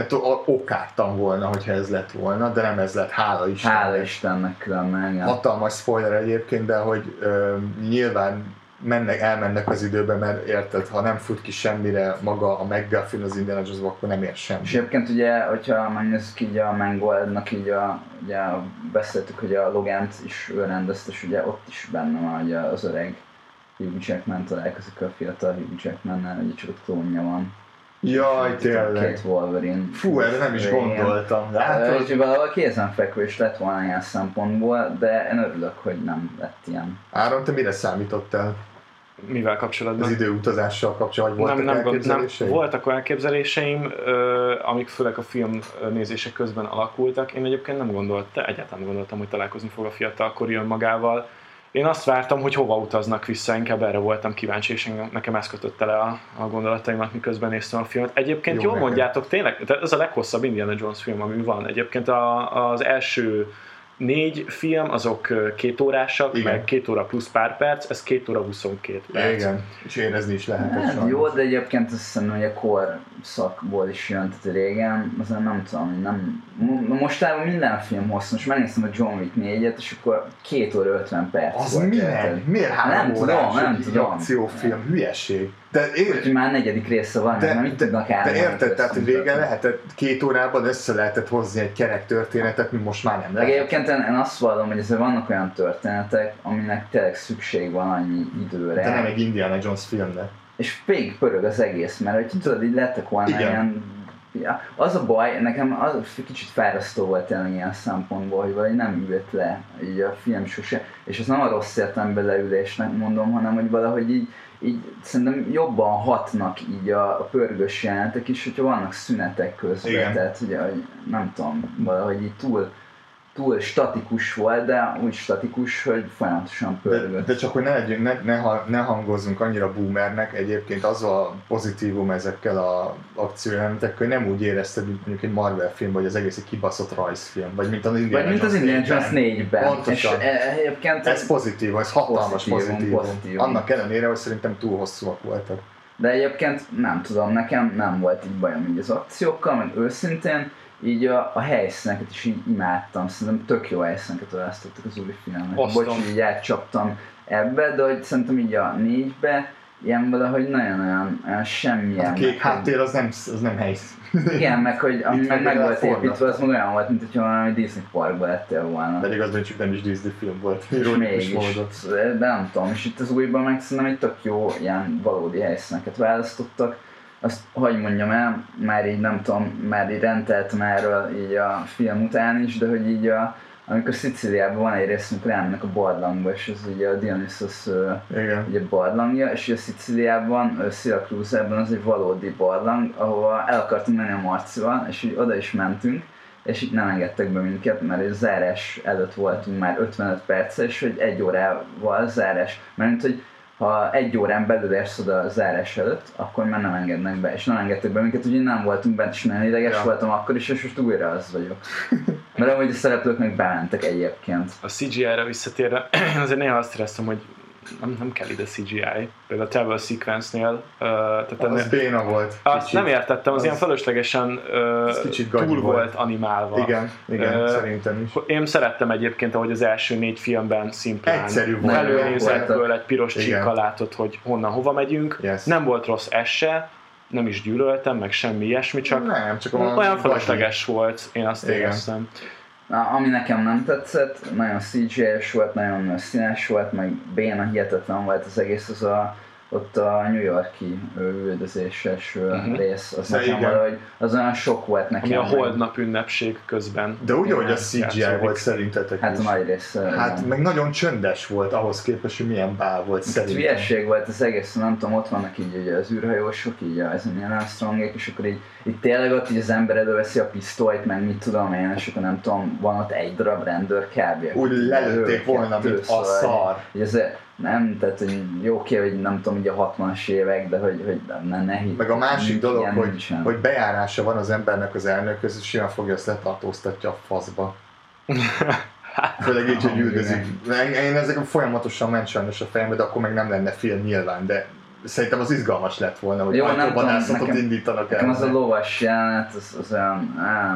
okádtam volna, hogyha ez lett volna, de nem ez lett, hála Istennek. Hála Istennek különben. Hatalmas spoiler egyébként, de hogy nyilván elmennek az időbe, mert érted, ha nem fut ki semmire maga a McGuffin az Indiana Jones-ba, akkor nem ér semmi. És egyébként ugye, hogyha megnézzük így a Mangoldnak így ugye beszéltük, hogy a Logant is ő rendezte, és ugye ott is benne van ugye az öreg Hugh Jackman találkozik a fiatal Hugh Jackmannel, ugye csak a klónja van. Jaj, tényleg. Két Wolverine. Fú, erre nem is gondoltam. Úgyhogy valahol kézenfekvés lett volna ilyen szempontból, de én örülök, hogy nem lett ilyen. Áron, te mire számítottál? Mivel kapcsolatban? Az időutazással kapcsolatban voltak elképzeléseim? Voltak elképzeléseim, amik főleg a film nézése közben alakultak. Én egyébként egyáltalán nem gondoltam, hogy találkozni fog a fiatalkori önmagával. Én azt vártam, hogy hova utaznak vissza, inkább erre voltam kíváncsi, és nekem ez kötötte le a gondolataimat, miközben néztem a filmet. Egyébként jól mondjátok, tényleg, ez a leghosszabb Indiana Jones film, ami van. Egyébként az első 4 film, azok 2 órásak, igen. Meg 2 óra plusz pár perc, ez 2 óra 22 perc. Igen, és érezni is lehetett. Hát, jó, de egyébként azt hiszem, hogy a korszakból is jön, tehát régen, azért nem tudom, nem... Mostában minden film hosszú, most megnéztem a John Wick 4-et, és akkor 2 óra 50 perc az volt. Az miért 3 órás egy akciófilm? Hülyeség. Hogy már 4. része van, mert mit tudnak állni? De érted, tehát hogy régen lehetett 2 órában össze lehetett hozni egy kerek történetet, mi most már nem lehet. Egyébként én azt vallom, hogy azért vannak olyan történetek, aminek tényleg szükség van annyi időre. De nem egy Indiana Jones filmnek. És végig pörög az egész, mert hogy tudod, így lettek volna ilyen Ja, az a baj, nekem az kicsit fárasztó volt tényleg ilyen szempontból, hogy valahogy nem ült le így a film sose, és ez nem a rossz értelemben leülésnek mondom, hanem hogy valahogy így szerintem jobban hatnak így a pörgős jelenetek is, hogyha vannak szünetek közben, Igen. tehát ugye, hogy nem tudom, valahogy így túl statikus volt, de úgy statikus, hogy folyamatosan pörgött. De csak hogy ne hangozzunk annyira boomernek, egyébként az a pozitívum ezekkel a akciójelenetekkel, hogy nem úgy érezted, mint mondjuk egy Marvel film, vagy az egész egy kibaszott rajzfilm, vagy mint az Indiana Jones 4-ben. Pontosan. És egyébként ez pozitív, ez hatalmas pozitívum. Annak ellenére, hogy szerintem túl hosszúak voltak. De egyébként nem tudom, nekem nem volt így bajom így az akciókkal, meg őszintén, így a helyszíneket is így imádtam, szerintem tök jó helyszíneket választottak az új filmnek. Bocs, hogy így átcsaptam ebbe, de hogy szerintem így a 4-be ilyen valahogy nagyon semmilyen... A kék háttér az nem helyszín. Igen, meg hogy ami meg volt építve, az meg olyan volt, mint hogyha valami Disney parkba lettél volna. Pedig az csak nem is Disney film volt. És mégis, de nem tudom, és itt az újban meg szerintem egy tök jó ilyen valódi helyszíneket választottak. Azt hogy mondjam el, már így nem tudom, már így rendeltem erről így a film után is, de hogy így amikor Szicíliában van egy rész, amikor elmennek a barlangba, és ez ugye a Dionysos ugye barlangja, és ugye Szicíliában, Syracuse-ban az egy valódi barlang, ahova el akartunk menni a Marcival, és így oda is mentünk, és így nem engedtek be minket, mert a zárás előtt voltunk már 55 perccel, és hogy 1 órával zárás, mert hogy ha 1 órán belül érsz oda a zárás előtt, akkor már nem engednek be, és nem engedtek be minket, ugye nem voltunk bent, és nagyon ideges voltam akkor is, és most újra az vagyok. Mert amúgy a szereplők meg bementek egyébként. A CGI-ra visszatérve, azért néha azt éreztem, hogy nem kell ide CGI. Például a Travel Sequence-nél. Az béna volt. Azt nem értettem, az ilyen fölöslegesen túl volt animálva. Igen, szerintem is. Én szerettem egyébként, ahogy az első 4 filmben szimplán volt. előnézetből egy piros csíkkal látod, hogy honnan hova megyünk. Yes. Nem volt rossz ez se, nem is gyűlöltem, meg semmi ilyesmi, csak olyan fölösleges volt, én azt éreztem. Ami nekem nem tetszett, nagyon CGI-es volt, nagyon színes volt, meg béna, hihetetlen volt az egész, ott a New York-i üldözéses rész, az nekem valahogy, az olyan sok volt nekem. Ami a Holdnap ünnepség közben. De úgy, hogy a CGI volt szerintetek hát is. A nagy rész. Hát meg nagyon csöndes volt ahhoz képest, hogy milyen bál volt szerintem. Hülyeség volt az egész, nem tudom, ott vannak így ugye az űrhajósok, így az Neil Armstrongék, és akkor így tényleg ott így az ember előveszi a pisztolyt, meg mit tudom én, és akkor nem tudom, van ott 1 darab rendőr kb. Úgy lelőtték volna, mint a szar. Nem, tehát hogy jó oké, hogy nem tudom, ugye a 60-as évek, de hogy ne hitt. Meg a másik dolog, hogy bejárása van az embernek az elnökhöz, és olyan fogja, azt letartóztatja a faszba. Főleg így, hogy üldözik. Én ezek folyamatosan ment sajnos a fejembe, de akkor meg nem lenne film nyilván, de szerintem az izgalmas lett volna, hogy ajtóvadászatot indítanak el. Nekem az a lovas jelenet, az olyan...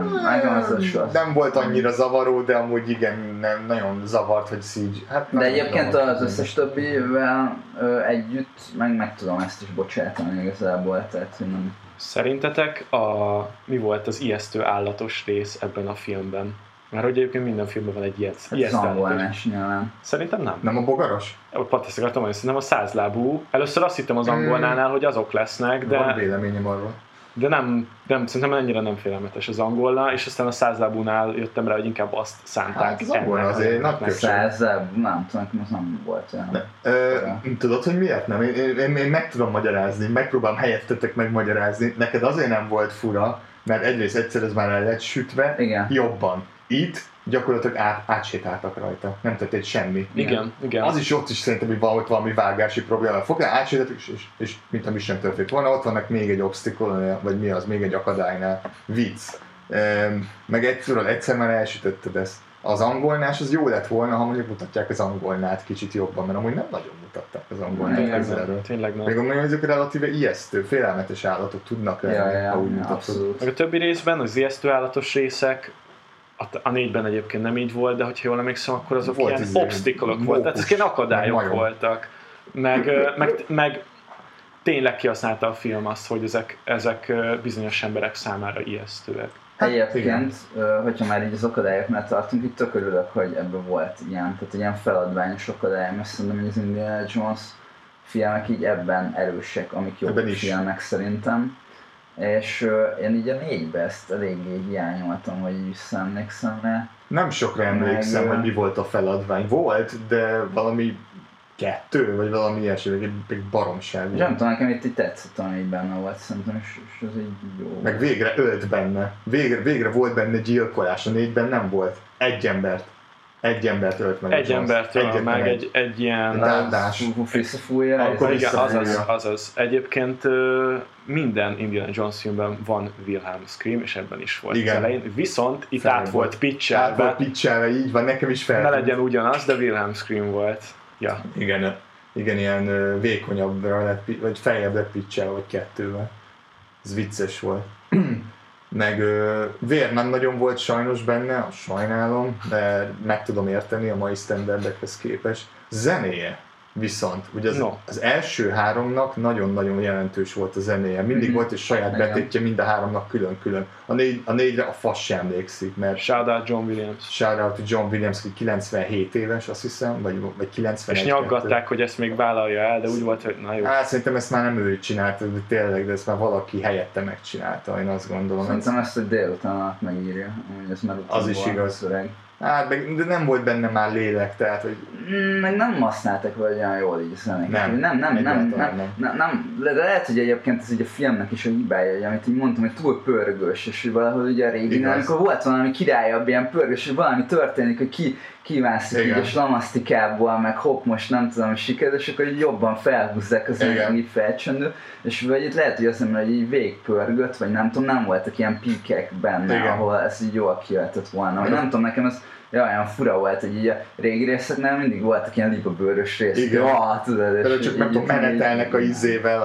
Nem volt annyira zavaró, de amúgy igen, nem, nagyon zavart, hogy szígy. Hát de egyébként az összes többivel együtt meg tudom ezt is bocsátani igazából, tehát hogy nem... Szerintetek mi volt az ijesztő állatos rész ebben a filmben? Mert hogy egyébként minden filmben van egy ijesztő állatos. Zangolás nyilván. Szerintem nem. Nem a bogaras? Pont ezt akartam mondani, szerintem a 100 lábú. Először azt hittem az angolnál, hogy azok lesznek, de... Van véleményem arról. De nem, szerintem ennyire nem félelmetes az angolna, és aztán a 100 lábúnál jöttem rá, hogy inkább azt szánták. Hát az angolna azért nagy köcsög. 100 lábú, nem tudom, az nem volt olyan. Tudod, hogy miért nem? Én meg tudom magyarázni, megpróbálom helyettetek megmagyarázni. Neked azért nem volt fura, mert egyszer ez már el lett sütve, igen. Jobban. Itt gyakorlatilag átsétáltak rajta, nem történt semmi. Igen. Az is ott is szerintem, hogy van ott valami vágási probléma. Fogják, átsétáltak, és mint ami sem történt volna, ott vannak még egy obstacle, vagy mi az, még egy akadálynál. Vicc. Meg egyszer már elsütötted ezt. Az angolnás az jó lett volna, ha mondjuk mutatják az angolnát kicsit jobban, mert amúgy nem nagyon mutatták az angolnát közelről. Tényleg nem. Még mondjuk, hogy ezek relatíve ijesztő, félelmetes állatok tudnak lenni, ha úgy mutatod. Meg a többi részben, az ijesztő állatos részek, a 4-ben egyébként nem így volt, de hogyha jól emlékszem, akkor azok ilyen obstacle-ok voltak, tehát ezek ilyen akadályok voltak. Meg tényleg kihasználta a film azt, hogy ezek bizonyos emberek számára ijesztőek. Egyébként, hogyha már így az akadályoknál tartunk, itt tök örülök, hogy ebben volt ilyen, tehát ilyen feladványos akadály, mert szerintem, hogy az Indiana Jones filmek így ebben erősek, amik jobb filmek szerintem. És én így a 4-be ezt eléggé hiányoltam, hogy így visszaemlékszem rá. Nem sokra emlékszem, hogy mi volt a feladvány. Volt, de valami 2, vagy valami ilyesmi, egy baromság. És nem tudom, nekem itt tetszett, ami így benne volt, szerintem, és az így jó. Meg végre ölt benne. Végre volt benne gyilkolás, a 4-ben nem volt. Egy embert ölt meg. Egy embert ölt meg, egy ilyen... Dárdás. Visszafújja. Akkor Igen, visszafújja. azaz. Egyébként minden Indiana Jones filmben van Wilhelm Scream, és ebben is volt Igen. az elején. Viszont itt Fel át volt Át pitchelve, volt pitchelve, így van, nekem is ne fel. legyen ugyanaz, de Wilhelm Scream volt. Ja. Igen, ilyen vékonyabbra lett, vagy feljebb lett pitchelve, vagy 2-vel. Ez vicces volt. Meg vér nem nagyon volt sajnos benne, sajnálom, de meg tudom érteni a mai standardekhez képest. Zenéje viszont, ugye az első 3-nak nagyon-nagyon jelentős volt a zenéje. Mindig volt egy saját betétje mind a 3-nak külön-külön. A 4-re a fasz sem emlékszik, mert... Shout out John Williams. Shout out to John Williams, hogy 97 éves, azt hiszem, vagy 91. És nyaggatták, hogy ezt még vállalja el, de úgy volt, hogy na jó. Hát szerintem ezt már nem ő csinálta, de tényleg, de ezt már valaki helyette megcsinálta, én azt gondolom. Szerintem ezt egy délután alatt megírja, hogy ez már az is igaz. Szöreg. Hát, de nem volt benne már lélek, tehát, hogy... Meg nem használtak vagy olyan jól így a zenéket. Nem. De lehet, hogy egyébként ez így a filmnek is a hibája, hogy amit így mondtam, hogy túl pörgős, és hogy valahol ugye a régi, amikor volt valami királyabb ilyen pörgős, hogy valami történik, hogy kivászik így a slamasztikából, meg hopp, most nem tudom, hogy sikerül, és akkor így jobban felhúzzák az zenét, így felcsöndül, és vagy itt lehet, hogy azt mondom, hogy így végpörgött, vagy nem tudom, nem voltak ilyen píkek benne, ahol ez így jól kijöhetett volna. Vagy nem tudom, nekem ez olyan fura volt, hogy így a régi részeknél mindig voltak ilyen libabőrös részek. Igen. Tudod, csak meg tudom, menetelnek a izével,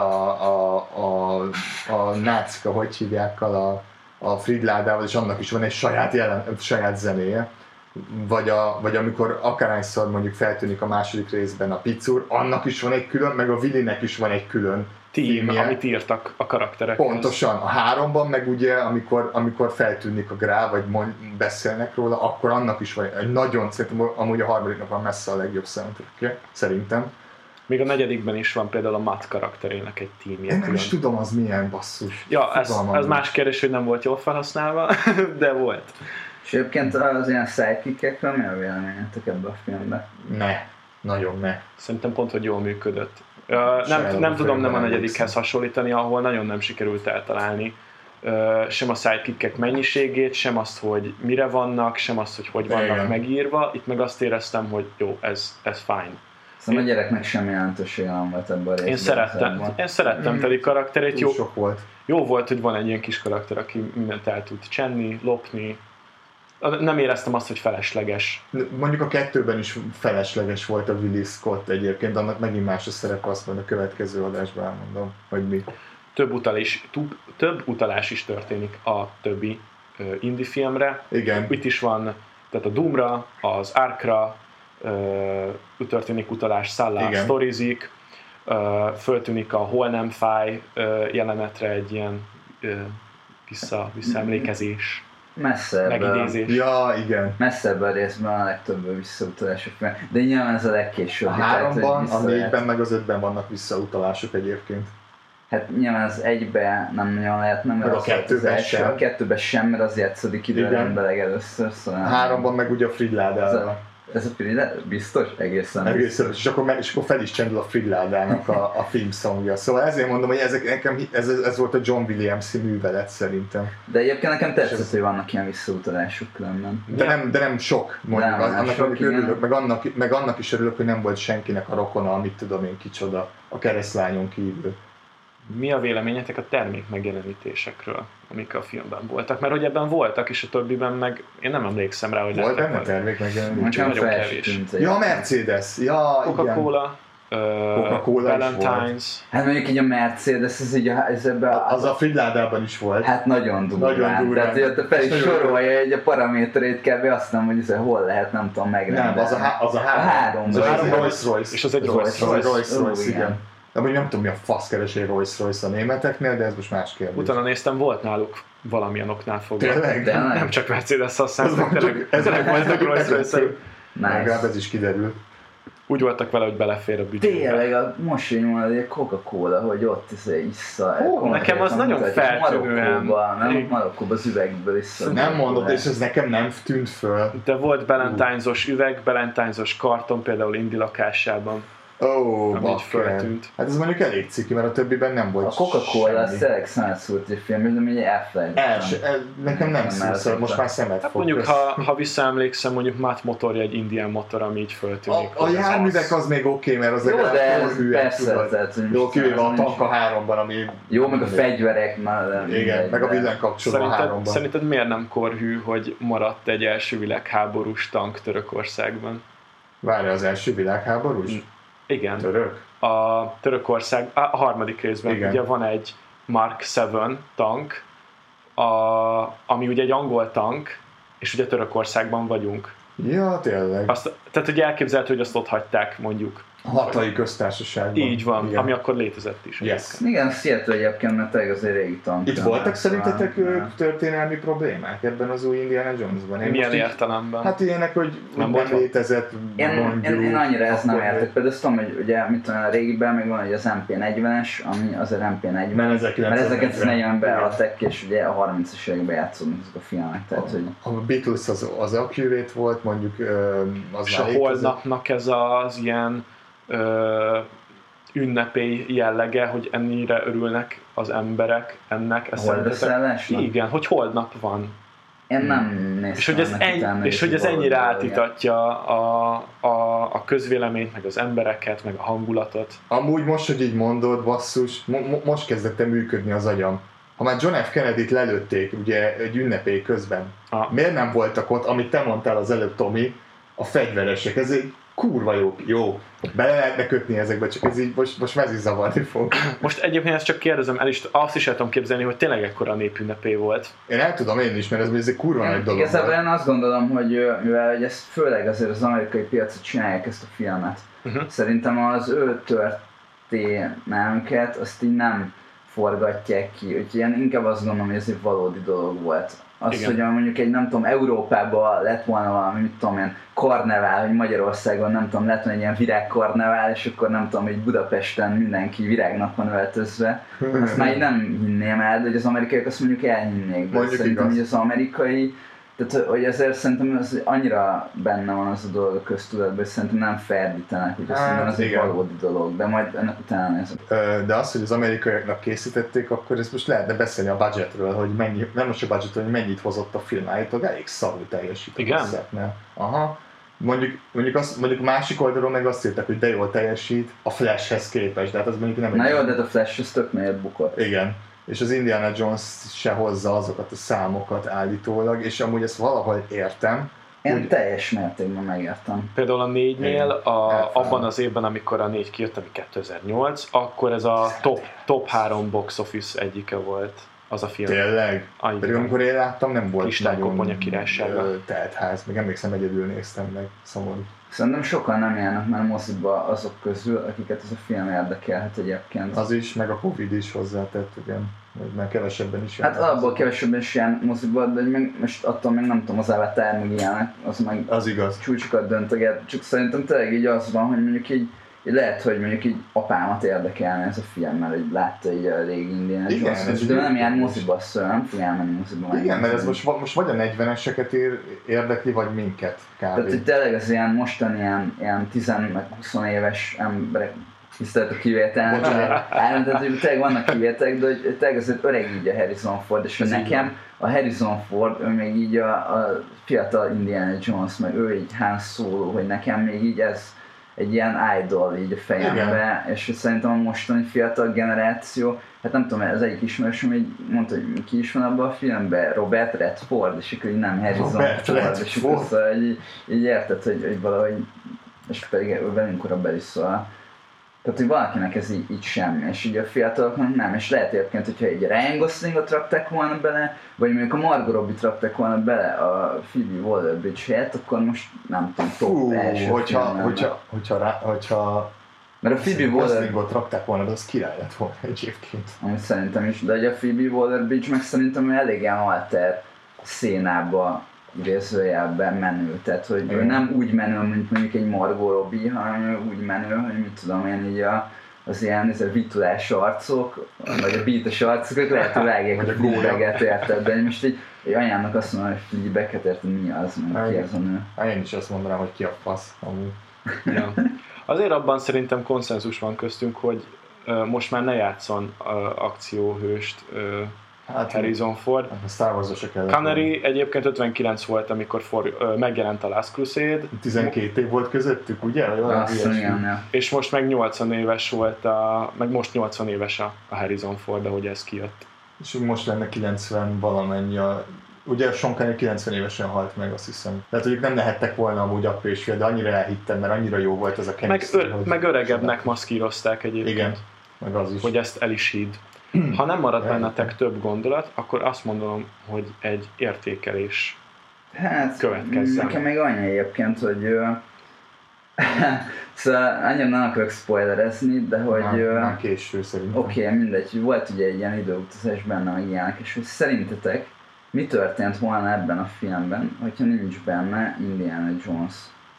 a nácika, hogy hívjákkal, a Fridládával, és annak is van egy saját zenéje. Vagy amikor akárhányszor mondjuk feltűnik a második részben a Picur, annak is van egy külön, meg a Willynek is van egy külön tímje, amit írtak a karakterek. Pontosan, a 3-ban meg ugye, amikor feltűnik a Grál, vagy beszélnek róla, akkor annak is van egy nagyon, szerintem amúgy a harmadiknak van messze a legjobb soundtrackje, szerintem. Még a 4-ben is van például a Matt karakterének egy tímje. Én nem is tudom, az milyen basszus. Ja, ez más kérdés, hogy nem volt jól felhasználva, de volt. És egyébként az ilyen sidekickekről mi a véleményetek ebbe a filmbe? Nagyon ne. Szerintem pont, hogy jól működött. Nem tudom nem a 4-hez hasonlítani, ahol nagyon nem sikerült eltalálni sem a sidekickek mennyiségét, sem azt, hogy mire vannak, sem azt, hogy vannak megírva. Itt meg azt éreztem, hogy jó, ez fine. Szóval a gyereknek semmi jelentősége nem volt ebben a részben. Én szerettem Teddy karakterét. Sok volt. Jó volt, hogy van egy ilyen kis karakter, aki mindent el tud csenni, lopni. Nem éreztem azt, hogy felesleges. Mondjuk a 2-ben is felesleges volt a Willie Scott egyébként, annak megint más a szerepe, azt majd a következő adásban elmondom, hogy mi. Több utalás is történik a többi indie filmre. Igen. Itt is van, tehát a Doomra, az Arkra történik utalás, Szallá sztorizik, föltűnik a Hol nem fáj jelenetre egy ilyen visszaemlékezés. Megidézés. Ja, igen. Messzebb a részben a legtöbb visszautalások, de nyilván ez a legkésőbb. A 3-ban, a 4-ben meg az 5-ben vannak visszautalások egyébként. Hát nyilván az 1-ben nem nagyon lehet, nem meg a 2-ben sem. A 2-ben sem, mert az játszódik időrendben legelőször. Szóval a 3-ban meg ugye a Fridládával. Ez a Fridlád? Biztos? Egészen biztos. És akkor fel is csendül a Fridládának a filmszongja. Szóval ezért mondom, hogy ez volt a John Williams-i művelet szerintem. De egyébként nekem tetszett, hogy vannak ilyen visszautalások különben. De nem sok, mondjuk. Annak örülök, meg annak is örülök, hogy nem volt senkinek a rokona, amit tudom én kicsoda, a keresztlányon kívül. Mi a véleményetek a termék megjelenítésekről, amik a filmben voltak? Mert hogy ebben voltak, és a többiben meg én nem emlékszem rá, hogy volt benne termék megjelenítések? Csak nagyon kevés. Ja, Mercedes, ja, Coca-Cola, Valentine's. Hát mondjuk így a Mercedes, az a Fridládában is volt. Hát nagyon durván. Tehát hogy ott fel is sorolja egy a paraméterét kb. Azt nem, hogy hol lehet, nem tudom megrendelni. Nem, az a 3. Rolls-Royce. És az egy Rolls-Royce, igen. De mondjuk nem tudom, mi a fasz keres egy Rolls-Royce a németeknél, de ez most más kérdés. Utána néztem, volt náluk valamilyen oknál fogva. Tényleg? Nem csak Mercedes használtak, tényleg voltak Rolls-Royce-ek. Legalább ez is kiderült. úgy voltak vele, hogy belefér a büdzsébe. Tényleg, most így mondod, hogy Coca-Cola, hogy ott issza. Nekem az nagyon feltűnően. Marokkóban az üvegből issza. Nem mondod, és ez nekem nem tűnt föl. De volt Valentine's-os üveg, Valentine's-os karton, például Indi lakásában. Ami így föltűnt. Hát ez mondjuk elég ciki, mert a többiben nem volt a Coca-Cola az tényleg szállt egy film, de még elfelejtettem. Nekem nem szúr, most már szemet fog. Mondjuk, ha visszaemlékszem, mondjuk Matt motorja egy Indian motor, ami így föltűnik. A járművek az még oké, mert az legalább persze, jó, kivéve a Tanka 3-ban, ami... Jó, meg a fegyverek már... Igen, meg a villanykapcsoló a 3-ban. Szerinted miért nem korhű, hogy maradt egy első világháborús tank Törökországban? Várja, az első világháborús? Igen. Török? A Törökország, a harmadik részben igen. Ugye van egy Mark 7 tank, ami ugye egy angol tank, és ugye Törökországban vagyunk. Ja, tényleg. Tehát ugye elképzelhető, hogy azt ott hagyták mondjuk. A Hatai Köztársaságban. Így van, igen. Ami akkor létezett is. Yes. Igen, Seattle egyébként, mert tényleg az egy régi tank. Itt voltak szerintetek történelmi problémák ebben az új Indiana Jonesban? Milyen értelemben? Hát ilyenek, hogy nem létezett, mondjuk. Én annyira ezt nem értek. Például azt tudom, hogy ugye, mit tudom, a régiben még van, hogy az MP40-es, ami azért MP40. Mert 1940-ben adták, és ugye a 30-as években játszódnak ezek a filmek. Tehát, hogy... A Beatles az accurate volt, mondjuk az és a holnapnak ez az ilyen ünnepély jellege, hogy ennyire örülnek az emberek ennek. Igen, hogy holnap van. Én nem néztem. És hogy ez ennyire átítatja a közvéleményt, meg az embereket, meg a hangulatot. Amúgy most, hogy így mondod, basszus, most kezdett működni az agyam. Ha már John F. Kennedy-t lelőtték ugye egy ünnepély közben, miért nem voltak ott, amit te mondtál az előbb, Tomi, a fegyveresek? Ez egy kurva jó. Bele lehetne kötni ezekbe, csak ez így most mezi zavarni fog. Most egyébként ezt csak kérdezem, azt is el tudom képzelni, hogy tényleg ekkora népünnepé volt. Én el tudom én is, mert ez egy kurva nagy dolog. Igazából én azt gondolom, hogy mivel hogy ezt főleg azért az amerikai piacot csinálják ezt a filmet. Szerintem az ő történelmüket azt így nem forgatják ki, úgyhogy én inkább azt gondolom, hogy ez egy valódi dolog volt. Az, hogy mondjuk egy, nem tudom, Európában lett volna valami, mit tudom én, karnevál, hogy Magyarországon, nem tudom, lett volna egy ilyen virágkarnevál, és akkor nem tudom, hogy Budapesten mindenki virágnak van öltözve. Azt már így nem hinném el, de hogy az amerikaiak azt mondjuk elhinnék. De szerintem, hogy az amerikai, tehát hogy azért szerintem az annyira benne van az a dolog a köztudatban, hogy szerintem nem ferdítenek, hogy azt mondom, az egy valódi dolog, de majd ennek utána nézem. De az, hogy az amerikaiaknak készítették, akkor ezt most lehetne beszélni a budgetről, hogy mennyi, nem most a budgetről, hogy mennyit hozott a film, állítólag elég szarul teljesített. Igen? Aha. Mondjuk másik oldalról meg azt írták, hogy de jól teljesít a Flashhez képest, de hát az mondjuk nem... Na jó, de a Flash az tök mélyet bukott. Igen. És az Indiana Jones se hozza azokat a számokat állítólag, és amúgy ezt valahol értem. Én teljes mértékben megértem. Például a 4-nél, abban az évben, amikor a 4 kijött, ami 2008, akkor ez a top 3 box office egyike volt az a film. Tényleg? Pedig amikor én láttam, nem volt Kristálykoponya királysága. teltház, még emlékszem, egyedül néztem meg, szomorú. Szerintem sokan nem járnak már moziba azok közül, akiket ez a film érdekelhet egyébként. Az is, meg a Covid is hozzátett, igen. Mert kevesebben is járnak. Hát alapból kevesebben is járnak moziba, de most attól még nem tudom, az Avatar meg ilyenek, az igaz. Csúcsokat döntöget. Csak szerintem tényleg így az van, hogy mondjuk így lehet, hogy mondjuk így apámat érdekelne ez a film, mert hogy látta így a régi Indiana Jones, de nem jár moziba, szóval nem fog elmenni moziba. Igen, mert ez most vagy a 40-eseket érdekli, vagy minket kb. Tehát hogy tényleg az ilyen mostani ilyen 10-20 éves emberek, tisztelt a kivételnek, tehát hogy tényleg vannak kivételek, de hogy tényleg azért öreg így a Harrison Ford, és nekem a Harrison Ford, ő még így a fiatal Indiana Jones, meg ő így Han Solo, hogy nekem még így ez egy ilyen idol így a fejembe, és szerintem a mostani fiatal generáció, hát nem tudom, az egyik ismerősöm így mondta, hogy ki is van abban a filmben, Robert Redford, és akkor így nem Harrison Ford, és akkor szóval így érted, hogy valahogy, és pedig ő velünk korabeli szól. Tehát, hogy valakinek ez így semmi, és így a fiataloknak nem, és lehet egyébként, hogyha egy Ryan Goslingot rakták volna bele, vagy mondjuk a Margot Robbie-t rakták volna bele a Phoebe Waller-Bridge helyett, akkor most nem tudom, top első hogyha mert a Phoebe Goslingot rakták volna, de az király lett volna egyébként. Amit szerintem is, de a Phoebe Waller-Bridge meg szerintem elég ilyen alter szénába idézőjelben menő. Tehát, hogy ő nem úgy menő, mint mondjuk egy Margot Robbie, hanem ő úgy menő, hogy mit tudom én, így az ilyen vitulás arcok, vagy a beates arcokat lehet, hogy vágják a Fleabaget, érted? De én most egy anyámnak azt mondom, hogy Fleabaget, érted, mi az, meg ki az a nő. Én is azt mondanám, hogy ki a fasz, amúgy. Ja. Azért abban szerintem konszenzus van köztünk, hogy most már ne játszon akcióhőst Harrison Ford. A Star Wars-os se kellett. Connery egyébként 59 volt, amikor megjelent a Last Crusade. 12 év volt közöttük, ugye? És most meg 80 éves volt, meg most 80 éves a Harrison Ford, ahogy ez kijött. És most lenne 90 valamennyi ugye Sean Connery 90 évesen halt meg, azt hiszem. Tehát, hogy nem lehettek volna amúgy apa és fia, de annyira elhittem, mert annyira jó volt ez a chemistry. Meg öregebbnek maszkírozták egyébként. Igen, meg az is. Hogy ezt el is hidd. Ha nem marad bennetek több gondolat, akkor azt mondom, hogy egy értékelés következzen. Nekem még annyi egyébként, hogy szóval annyira nem akarok spoilerezni, de hogy... Nem késő szerintem. Oké, mindegy, volt ugye egy ilyen időutazás benne, meg ilyenek, és hogy szerintetek mi történt volna ebben a filmben, hogyha nincs benne Indiana Jones?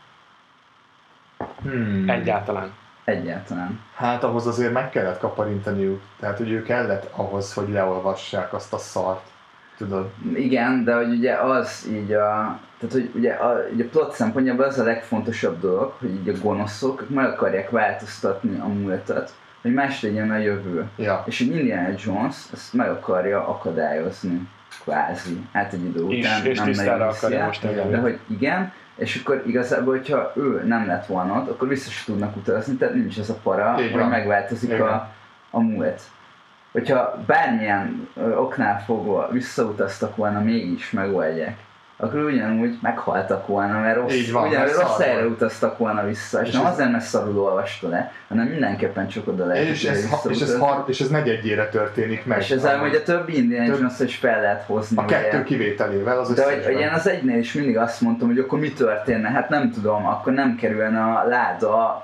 Egyáltalán. Hát ahhoz azért meg kellett kaparintaniuk, tehát hogy ő kellett ahhoz, hogy leolvassák azt a szart, tudod? Igen, de hogy ugye az így tehát hogy ugye a plot szempontjából az a legfontosabb dolog, hogy így a gonoszok meg akarják változtatni a múltat, hogy más legyen a jövő. Ja. És hogy Indiana Jones ezt meg akarja akadályozni, kvázi, hát egy idő után és nem tisztára akarja most de hogy igen, és akkor igazából, hogyha ő nem lett volna ott, akkor vissza se tudnak utazni, tehát nincs ez a para, hogy megváltozik a múlt. Hogyha bármilyen oknál fogva visszautaztak volna, mégis megoldják, akkor ugyanúgy meghaltak volna, mert rossz helyre utaztak volna vissza, és nem azért, mert szarul olvasta le, hanem mindenképpen csak oda lehet, és ez negyedjére történik meg. És ezzel hogy a többi Indiana Jones is fel lehet hozni. A kettő kivételével az de hogy én az egynél is mindig azt mondtam, hogy akkor mi történne, hát nem tudom, akkor nem kerülne a láda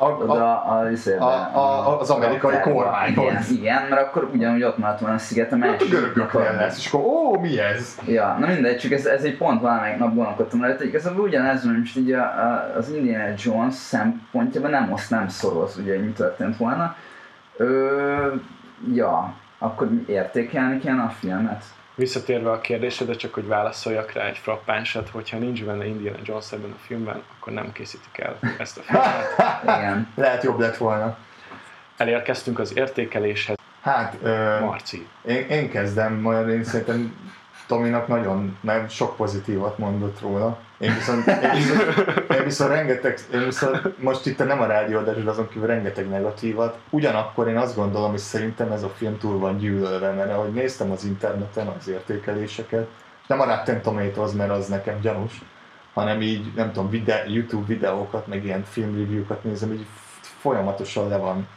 az amerikai kormányhoz. Igen, mert akkor ugyanúgy ott maradt volna a sziget a másiknak. Görögöknél lesz, és akkor mi ez? Ja, na mindegy, csak ez egy pont valamelyik nap gondolkodtam rá, hogy igazából ugyanez, hogy most így az Indiana Jones szempontjában nem szoroz, ugye, hogy mi történt volna. Akkor értékelni kellene a filmet? Visszatérve a kérdésre, de csak hogy válaszoljak rá egy frappánsat, hogyha nincs benne Indiana Jones ebben a filmben, akkor nem készítik el ezt a filmet. Igen. Lehet jobb lett volna. Elérkeztünk az értékeléshez. Hát, Marci. Én kezdem, majd én szerintem Tominak nagyon sok pozitívat mondott róla. Én viszont most itt nem a rádióadásban, azon kívül rengeteg negatívat. Ugyanakkor én azt gondolom, hogy szerintem ez a film túl van gyűlölve, mert ahogy néztem az interneten az értékeléseket, nem a Rotten Tomatoes, mert az nekem gyanús, hanem így, nem tudom, YouTube videókat, meg ilyen filmreview-kat nézem, így folyamatosan le van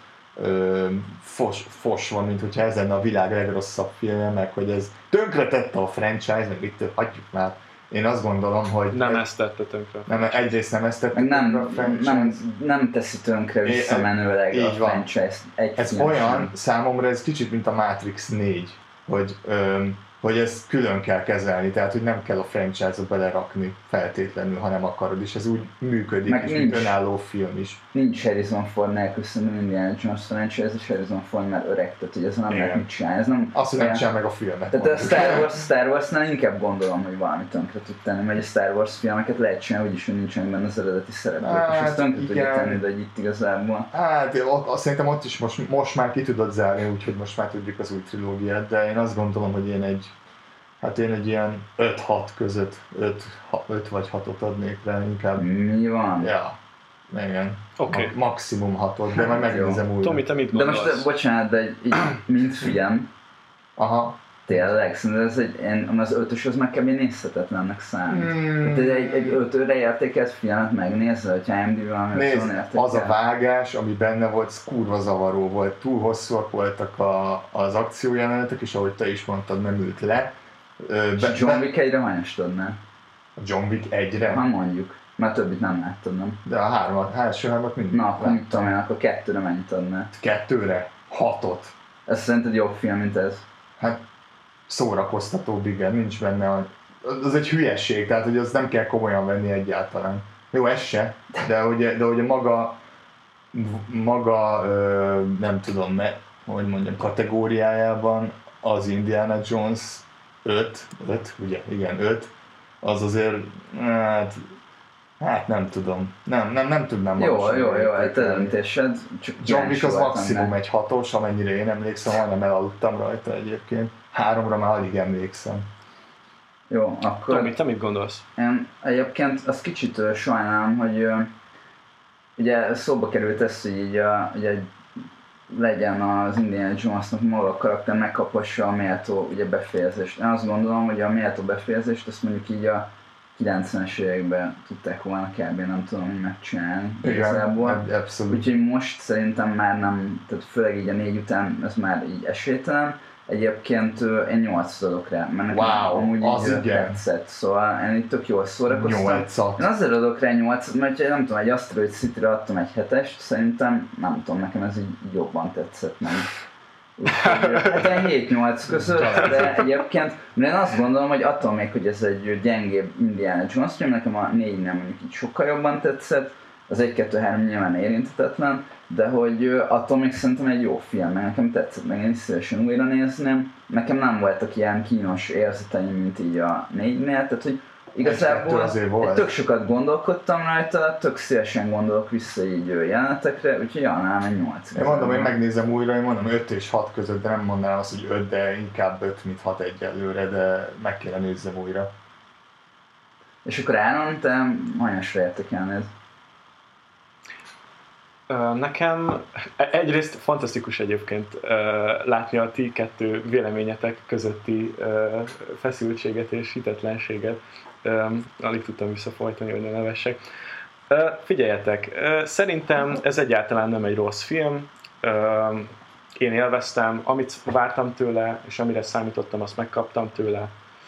fos van, mint hogyha ez lenne a világ legrosszabb filmje, meg hogy ez tönkretette a franchise, meg itt hagyjuk már. Én azt gondolom, hogy... Nem ezt tette tönkre. Egyrészt nem ezt tette tönkre a franchise. Nem teszi tönkre visszamenőleg a franchise. Ez olyan, számomra ez kicsit, mint a Matrix 4, hogy ezt külön kell kezelni, tehát hogy nem kell a franchise-ot belerakni feltétlenül, ha nem akarod, és ez úgy működik, és mint önálló film is. Nincs Harrison Ford nélkül, szerintem Indiana Jones franchise, és Harrison Ford már öreg, tehát hogy ez nem lehet mit csinálni. Azt, hogy nem csinál meg a filmet. Tehát a Star Wars-nál inkább gondolom, hogy valami tönkre tud tenni, mert a Star Wars filmeket lehet csinálni, úgyis, hogy nincsenek benne az eredeti szereplők, és ezt tönkre tudja tenni, de itt igazából. Hát szerintem ott is most már ki tudod zárni, úgyhogy most már tudjuk az új trilógiát, de én azt gondolom, hogy én egy ilyen 5-6 között, 5 vagy 6-ot adnék rá inkább. Mi van? Ja, igen. Okay. Maximum 6-ot, de majd megnézem újra. Tomi, te mit gondolsz? De most, bocsánat, de így, mint film, aha. Tényleg, szerintem az 5-ös az meg kb. Nézhetetlennek számít. Egy 5-re értékelt filmet megnézve, hogyha IMDb valami értékel. Az a vágás, ami benne volt, az kurva zavaró volt. Túl hosszúak voltak az akciójelenetek, és ahogy te is mondtad, nem ült le. John Wick 1-re hányast adnál? A John Wick 1-re? Ha mondjuk, mert többit nem láttad, nem? De a első hármat mindig. Na, akkor mit tudom én, akkor 2-re mennyit adnál? 2-re? 6-ot. Ez szerinted jobb film, mint ez? Hát szórakoztatóbb, igen, nincs benne az egy hülyeség, tehát hogy az nem kell komolyan venni egyáltalán. Jó, ez se, de hogy maga nem tudom, hogy mondjam, kategóriájában az Indiana Jones 5, ugye, igen, 5, az azért, hát nem tudom, nem tudnám Jó, hát a döntésed, csak John Wick az maximum egy 6-os, amennyire én emlékszem, majdnem elaludtam rajta egyébként. 3-ra már alig emlékszem. Jó, akkor... Tomi, te mit gondolsz? Én egyébként azt kicsit sajnálom, hogy ugye szóba került ez, hogy így ugye legyen az Indiana Jonesnak maga a karakter megkaphassa a méltó ugye befejezést. Én azt gondolom, hogy a méltó befejezést azt mondjuk így a 90-es években tudták volna kb. Nem tudom, hogy megcsinálni. Igen, abszolút. Úgyhogy most szerintem már nem, tehát főleg így a 4 után ez már így esélytelen. Egyébként én 8 adok rá, mert nekem amúgy így tetszett, szóval én itt tök jól szórakoztam. 8-at. Én azért adok rá 8-at, mert nem tudom, egy Asteroid City-re adtam egy 7-est, szerintem nem tudom, nekem ez így jobban tetszett, nem. Hát 7-8 között, de egyébként én azt gondolom, hogy attól még, hogy ez egy gyengébb Indiana Jones film, nekem a 4 nem mondjuk így sokkal jobban tetszett, az 1-2-3 nyilván érinthetetlen, de hogy attól még szerintem egy jó film, mert nekem tetszett, meg én is szívesen újra nézném. Nekem nem voltak ilyen kínos érzeteim, mint így a 4-nél, tehát hogy igazából tök sokat gondolkodtam rajta, tök szívesen gondolok vissza így jelenetekre, úgyhogy annál egy 8. Én mondom, én megnézem újra, én mondom 5 és 6 között, de nem mondanám azt, hogy 5, de inkább 5, mint 6 egyelőre, de meg kéne nézzem újra. És akkor Áron, te hanyasra értékelnéd? Nekem egyrészt fantasztikus egyébként látni a ti kettő véleményetek közötti feszültséget és hitetlenséget. Alig tudtam visszafolytani, hogy ne nevessek. Figyeljetek, szerintem ez egyáltalán nem egy rossz film. Én élveztem, amit vártam tőle, és amire számítottam, azt megkaptam tőle.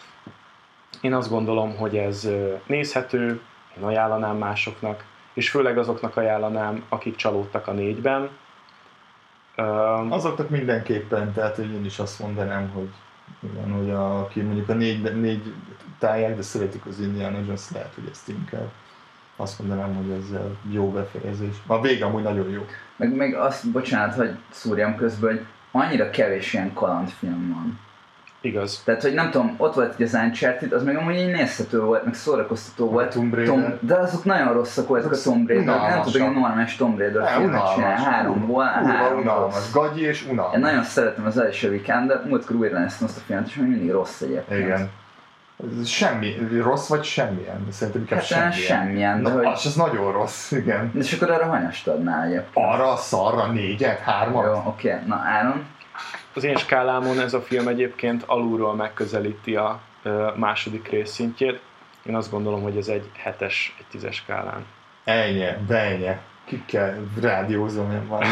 Én azt gondolom, hogy ez nézhető, én ajánlanám másoknak, és főleg azoknak ajánlanám, akik csalódtak a 4-ben. Azoknak mindenképpen, tehát hogy én is azt mondanám, hogy igen, hogy aki mondjuk a 4 táják, de szeretik az Indiana Jones, lehet, hogy ezt inkább azt mondanám, hogy ez jó befejezés. A vége amúgy nagyon jó. Meg azt, bocsánat, hogy szúrjam közben, hogy annyira kevés ilyen kalandfilm van. Igaz. Tehát, hogy nem tudom, ott volt az Uncharted, az meg amúgy így nézhető volt, meg szórakoztató volt. De azok nagyon rosszak voltak a Tomb Raider. Nem tudok egy normális Tomb Raider filmet csinálni. 3-ból. Unalmas. Gagyi és unalmas. Én nagyon szeretem az első Weekend, de múltkor újra néztem azt a filmet, és még mindig rossz egyébként. Igen. Semmi, rossz vagy semmilyen? Szerintem inkább semmilyen. De na, hogy... az nagyon rossz, igen. És akkor arra hanyast adnál egyébként? Arra a szarra 4-et, 3-at? Jó, oké. Na Áron? Az én skálámon ez a film egyébként alulról megközelíti a második rész szintjét. Én azt gondolom, hogy ez egy 7-es, egy 10-es skálán. Ennyi, kikkel rádiózom, van.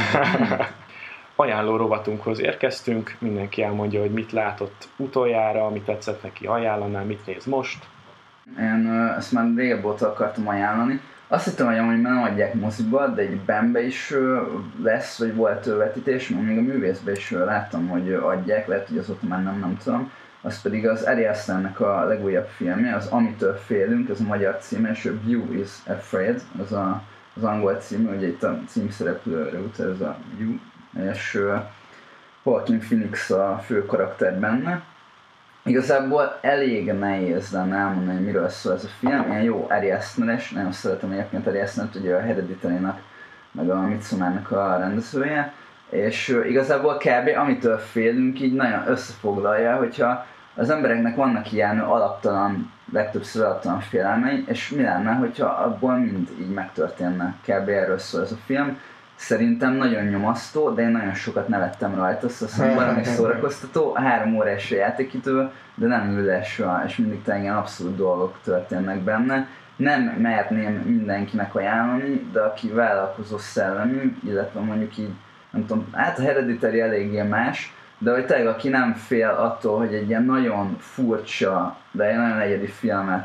Ajánló rovatunkhoz érkeztünk, mindenki elmondja, hogy mit látott utoljára, mit tetszett neki, ajánlaná, mit néz most. Én ezt már régebb óta akartam ajánlani. Azt hittem, hogy amúgy nem adják moziba, de egy BAM-be is lesz, vagy volt vetítés, mert még a művészbe is láttam, hogy adják, lehet, hogy azóta már nem tudom. Az pedig az Ari Asternek a legújabb filmje, az Amitől félünk, ez a magyar címe, és a View is Afraid, az angol címe, ugye itt a címszereplőre utal, ez a View, és Joaquin Phoenix a fő karakter benne. Igazából elég nehéz lenne elmondani, hogy miről szól ez a film. Ilyen jó Ari Aster-es, nagyon szeretem egyébként Ari Astert, ugye a Hereditary-nak, meg a Midsommar-nak a rendezője. És igazából kb. Amitől félünk, így nagyon összefoglalja, hogyha az embereknek vannak ilyen alaptalan, legtöbbször alaptalan félelmei, és mi lenne, hogyha abból mind így megtörténne. Kb. Erről szól ez a film. Szerintem nagyon nyomasztó, de én nagyon sokat nevettem rajta, szóval valami szórakoztató, 3 órás játékidő, de nem üles, és mindig tényleg abszolút dolgok történnek benne. Nem merném mindenkinek ajánlani, de aki vállalkozó szellemű, illetve mondjuk így, nem tudom, hát a Hereditary eléggé más, de hogy tényleg aki nem fél attól, hogy egy ilyen nagyon furcsa, de egy nagyon egyedi filmet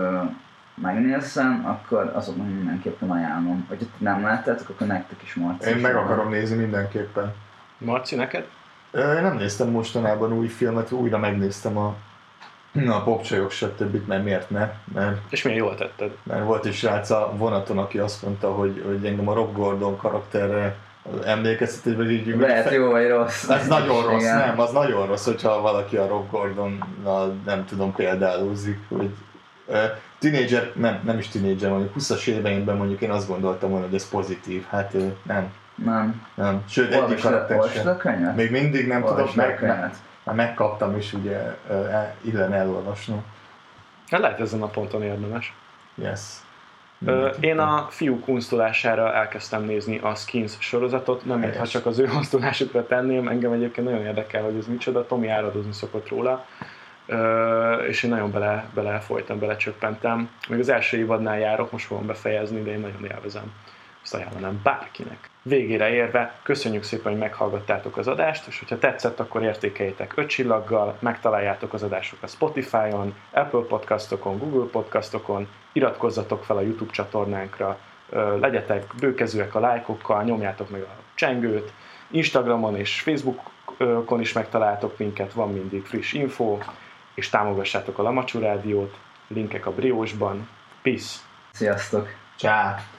megnézzen, akkor azoknak mindenképpen ajánlom. Hogyha ti nem láttátok, akkor nektek is Marci. Én meg akarom nézni mindenképpen. Marci, neked? Én nem néztem mostanában új filmet, újra megnéztem Na, a popcsajok stb. Mert miért ne? És milyen jól tetted. Mert volt egy srác a vonaton, aki azt mondta, hogy engem a Rob Gordon karakterre emlékeztet, hogy így... Lehet jó vagy rossz. Ez nagyon rossz, Igen. nem, az nagyon rossz, hogyha valaki a Rob Gordonnal, nem tudom, példálózik, hogy tínédzser, nem is tínédzser, mondjuk 20-as éveimben mondjuk én azt gondoltam volna, hogy ez pozitív, hát nem. Sőt, egyik karakter Olvasd a sem. könyvet? Még mindig nem tudom, Olvasd a könyvet. megkaptam is, ugye, illene elolvasni. Hát lehet ezen a ponton érdemes. Yes. Én a fiúk unsztolására elkezdtem nézni a Skins sorozatot, nem mintha csak az ő unsztolásukra tenném, engem egyébként nagyon érdekel, hogy ez micsoda, Tomi áradozni szokott róla, és én nagyon belefolytam, belecsöppentem. Még az első évadnál járok, most fogom befejezni, de én nagyon élvezem. Ezt ajánlanám bárkinek. Végére érve, köszönjük szépen, hogy meghallgattátok az adást, és hogyha tetszett, akkor értékeljétek 5 csillaggal, megtaláljátok az adásokat Spotify-on, Apple Podcastokon, Google Podcastokon, iratkozzatok fel a YouTube csatornánkra, legyetek bőkezőek a lájkokkal, nyomjátok meg a csengőt, Instagramon és Facebookon is megtaláltok minket, van mindig friss info, és támogassátok a Lamacsú Rádiót, linkek a Briósban. Peace! Sziasztok! Csá!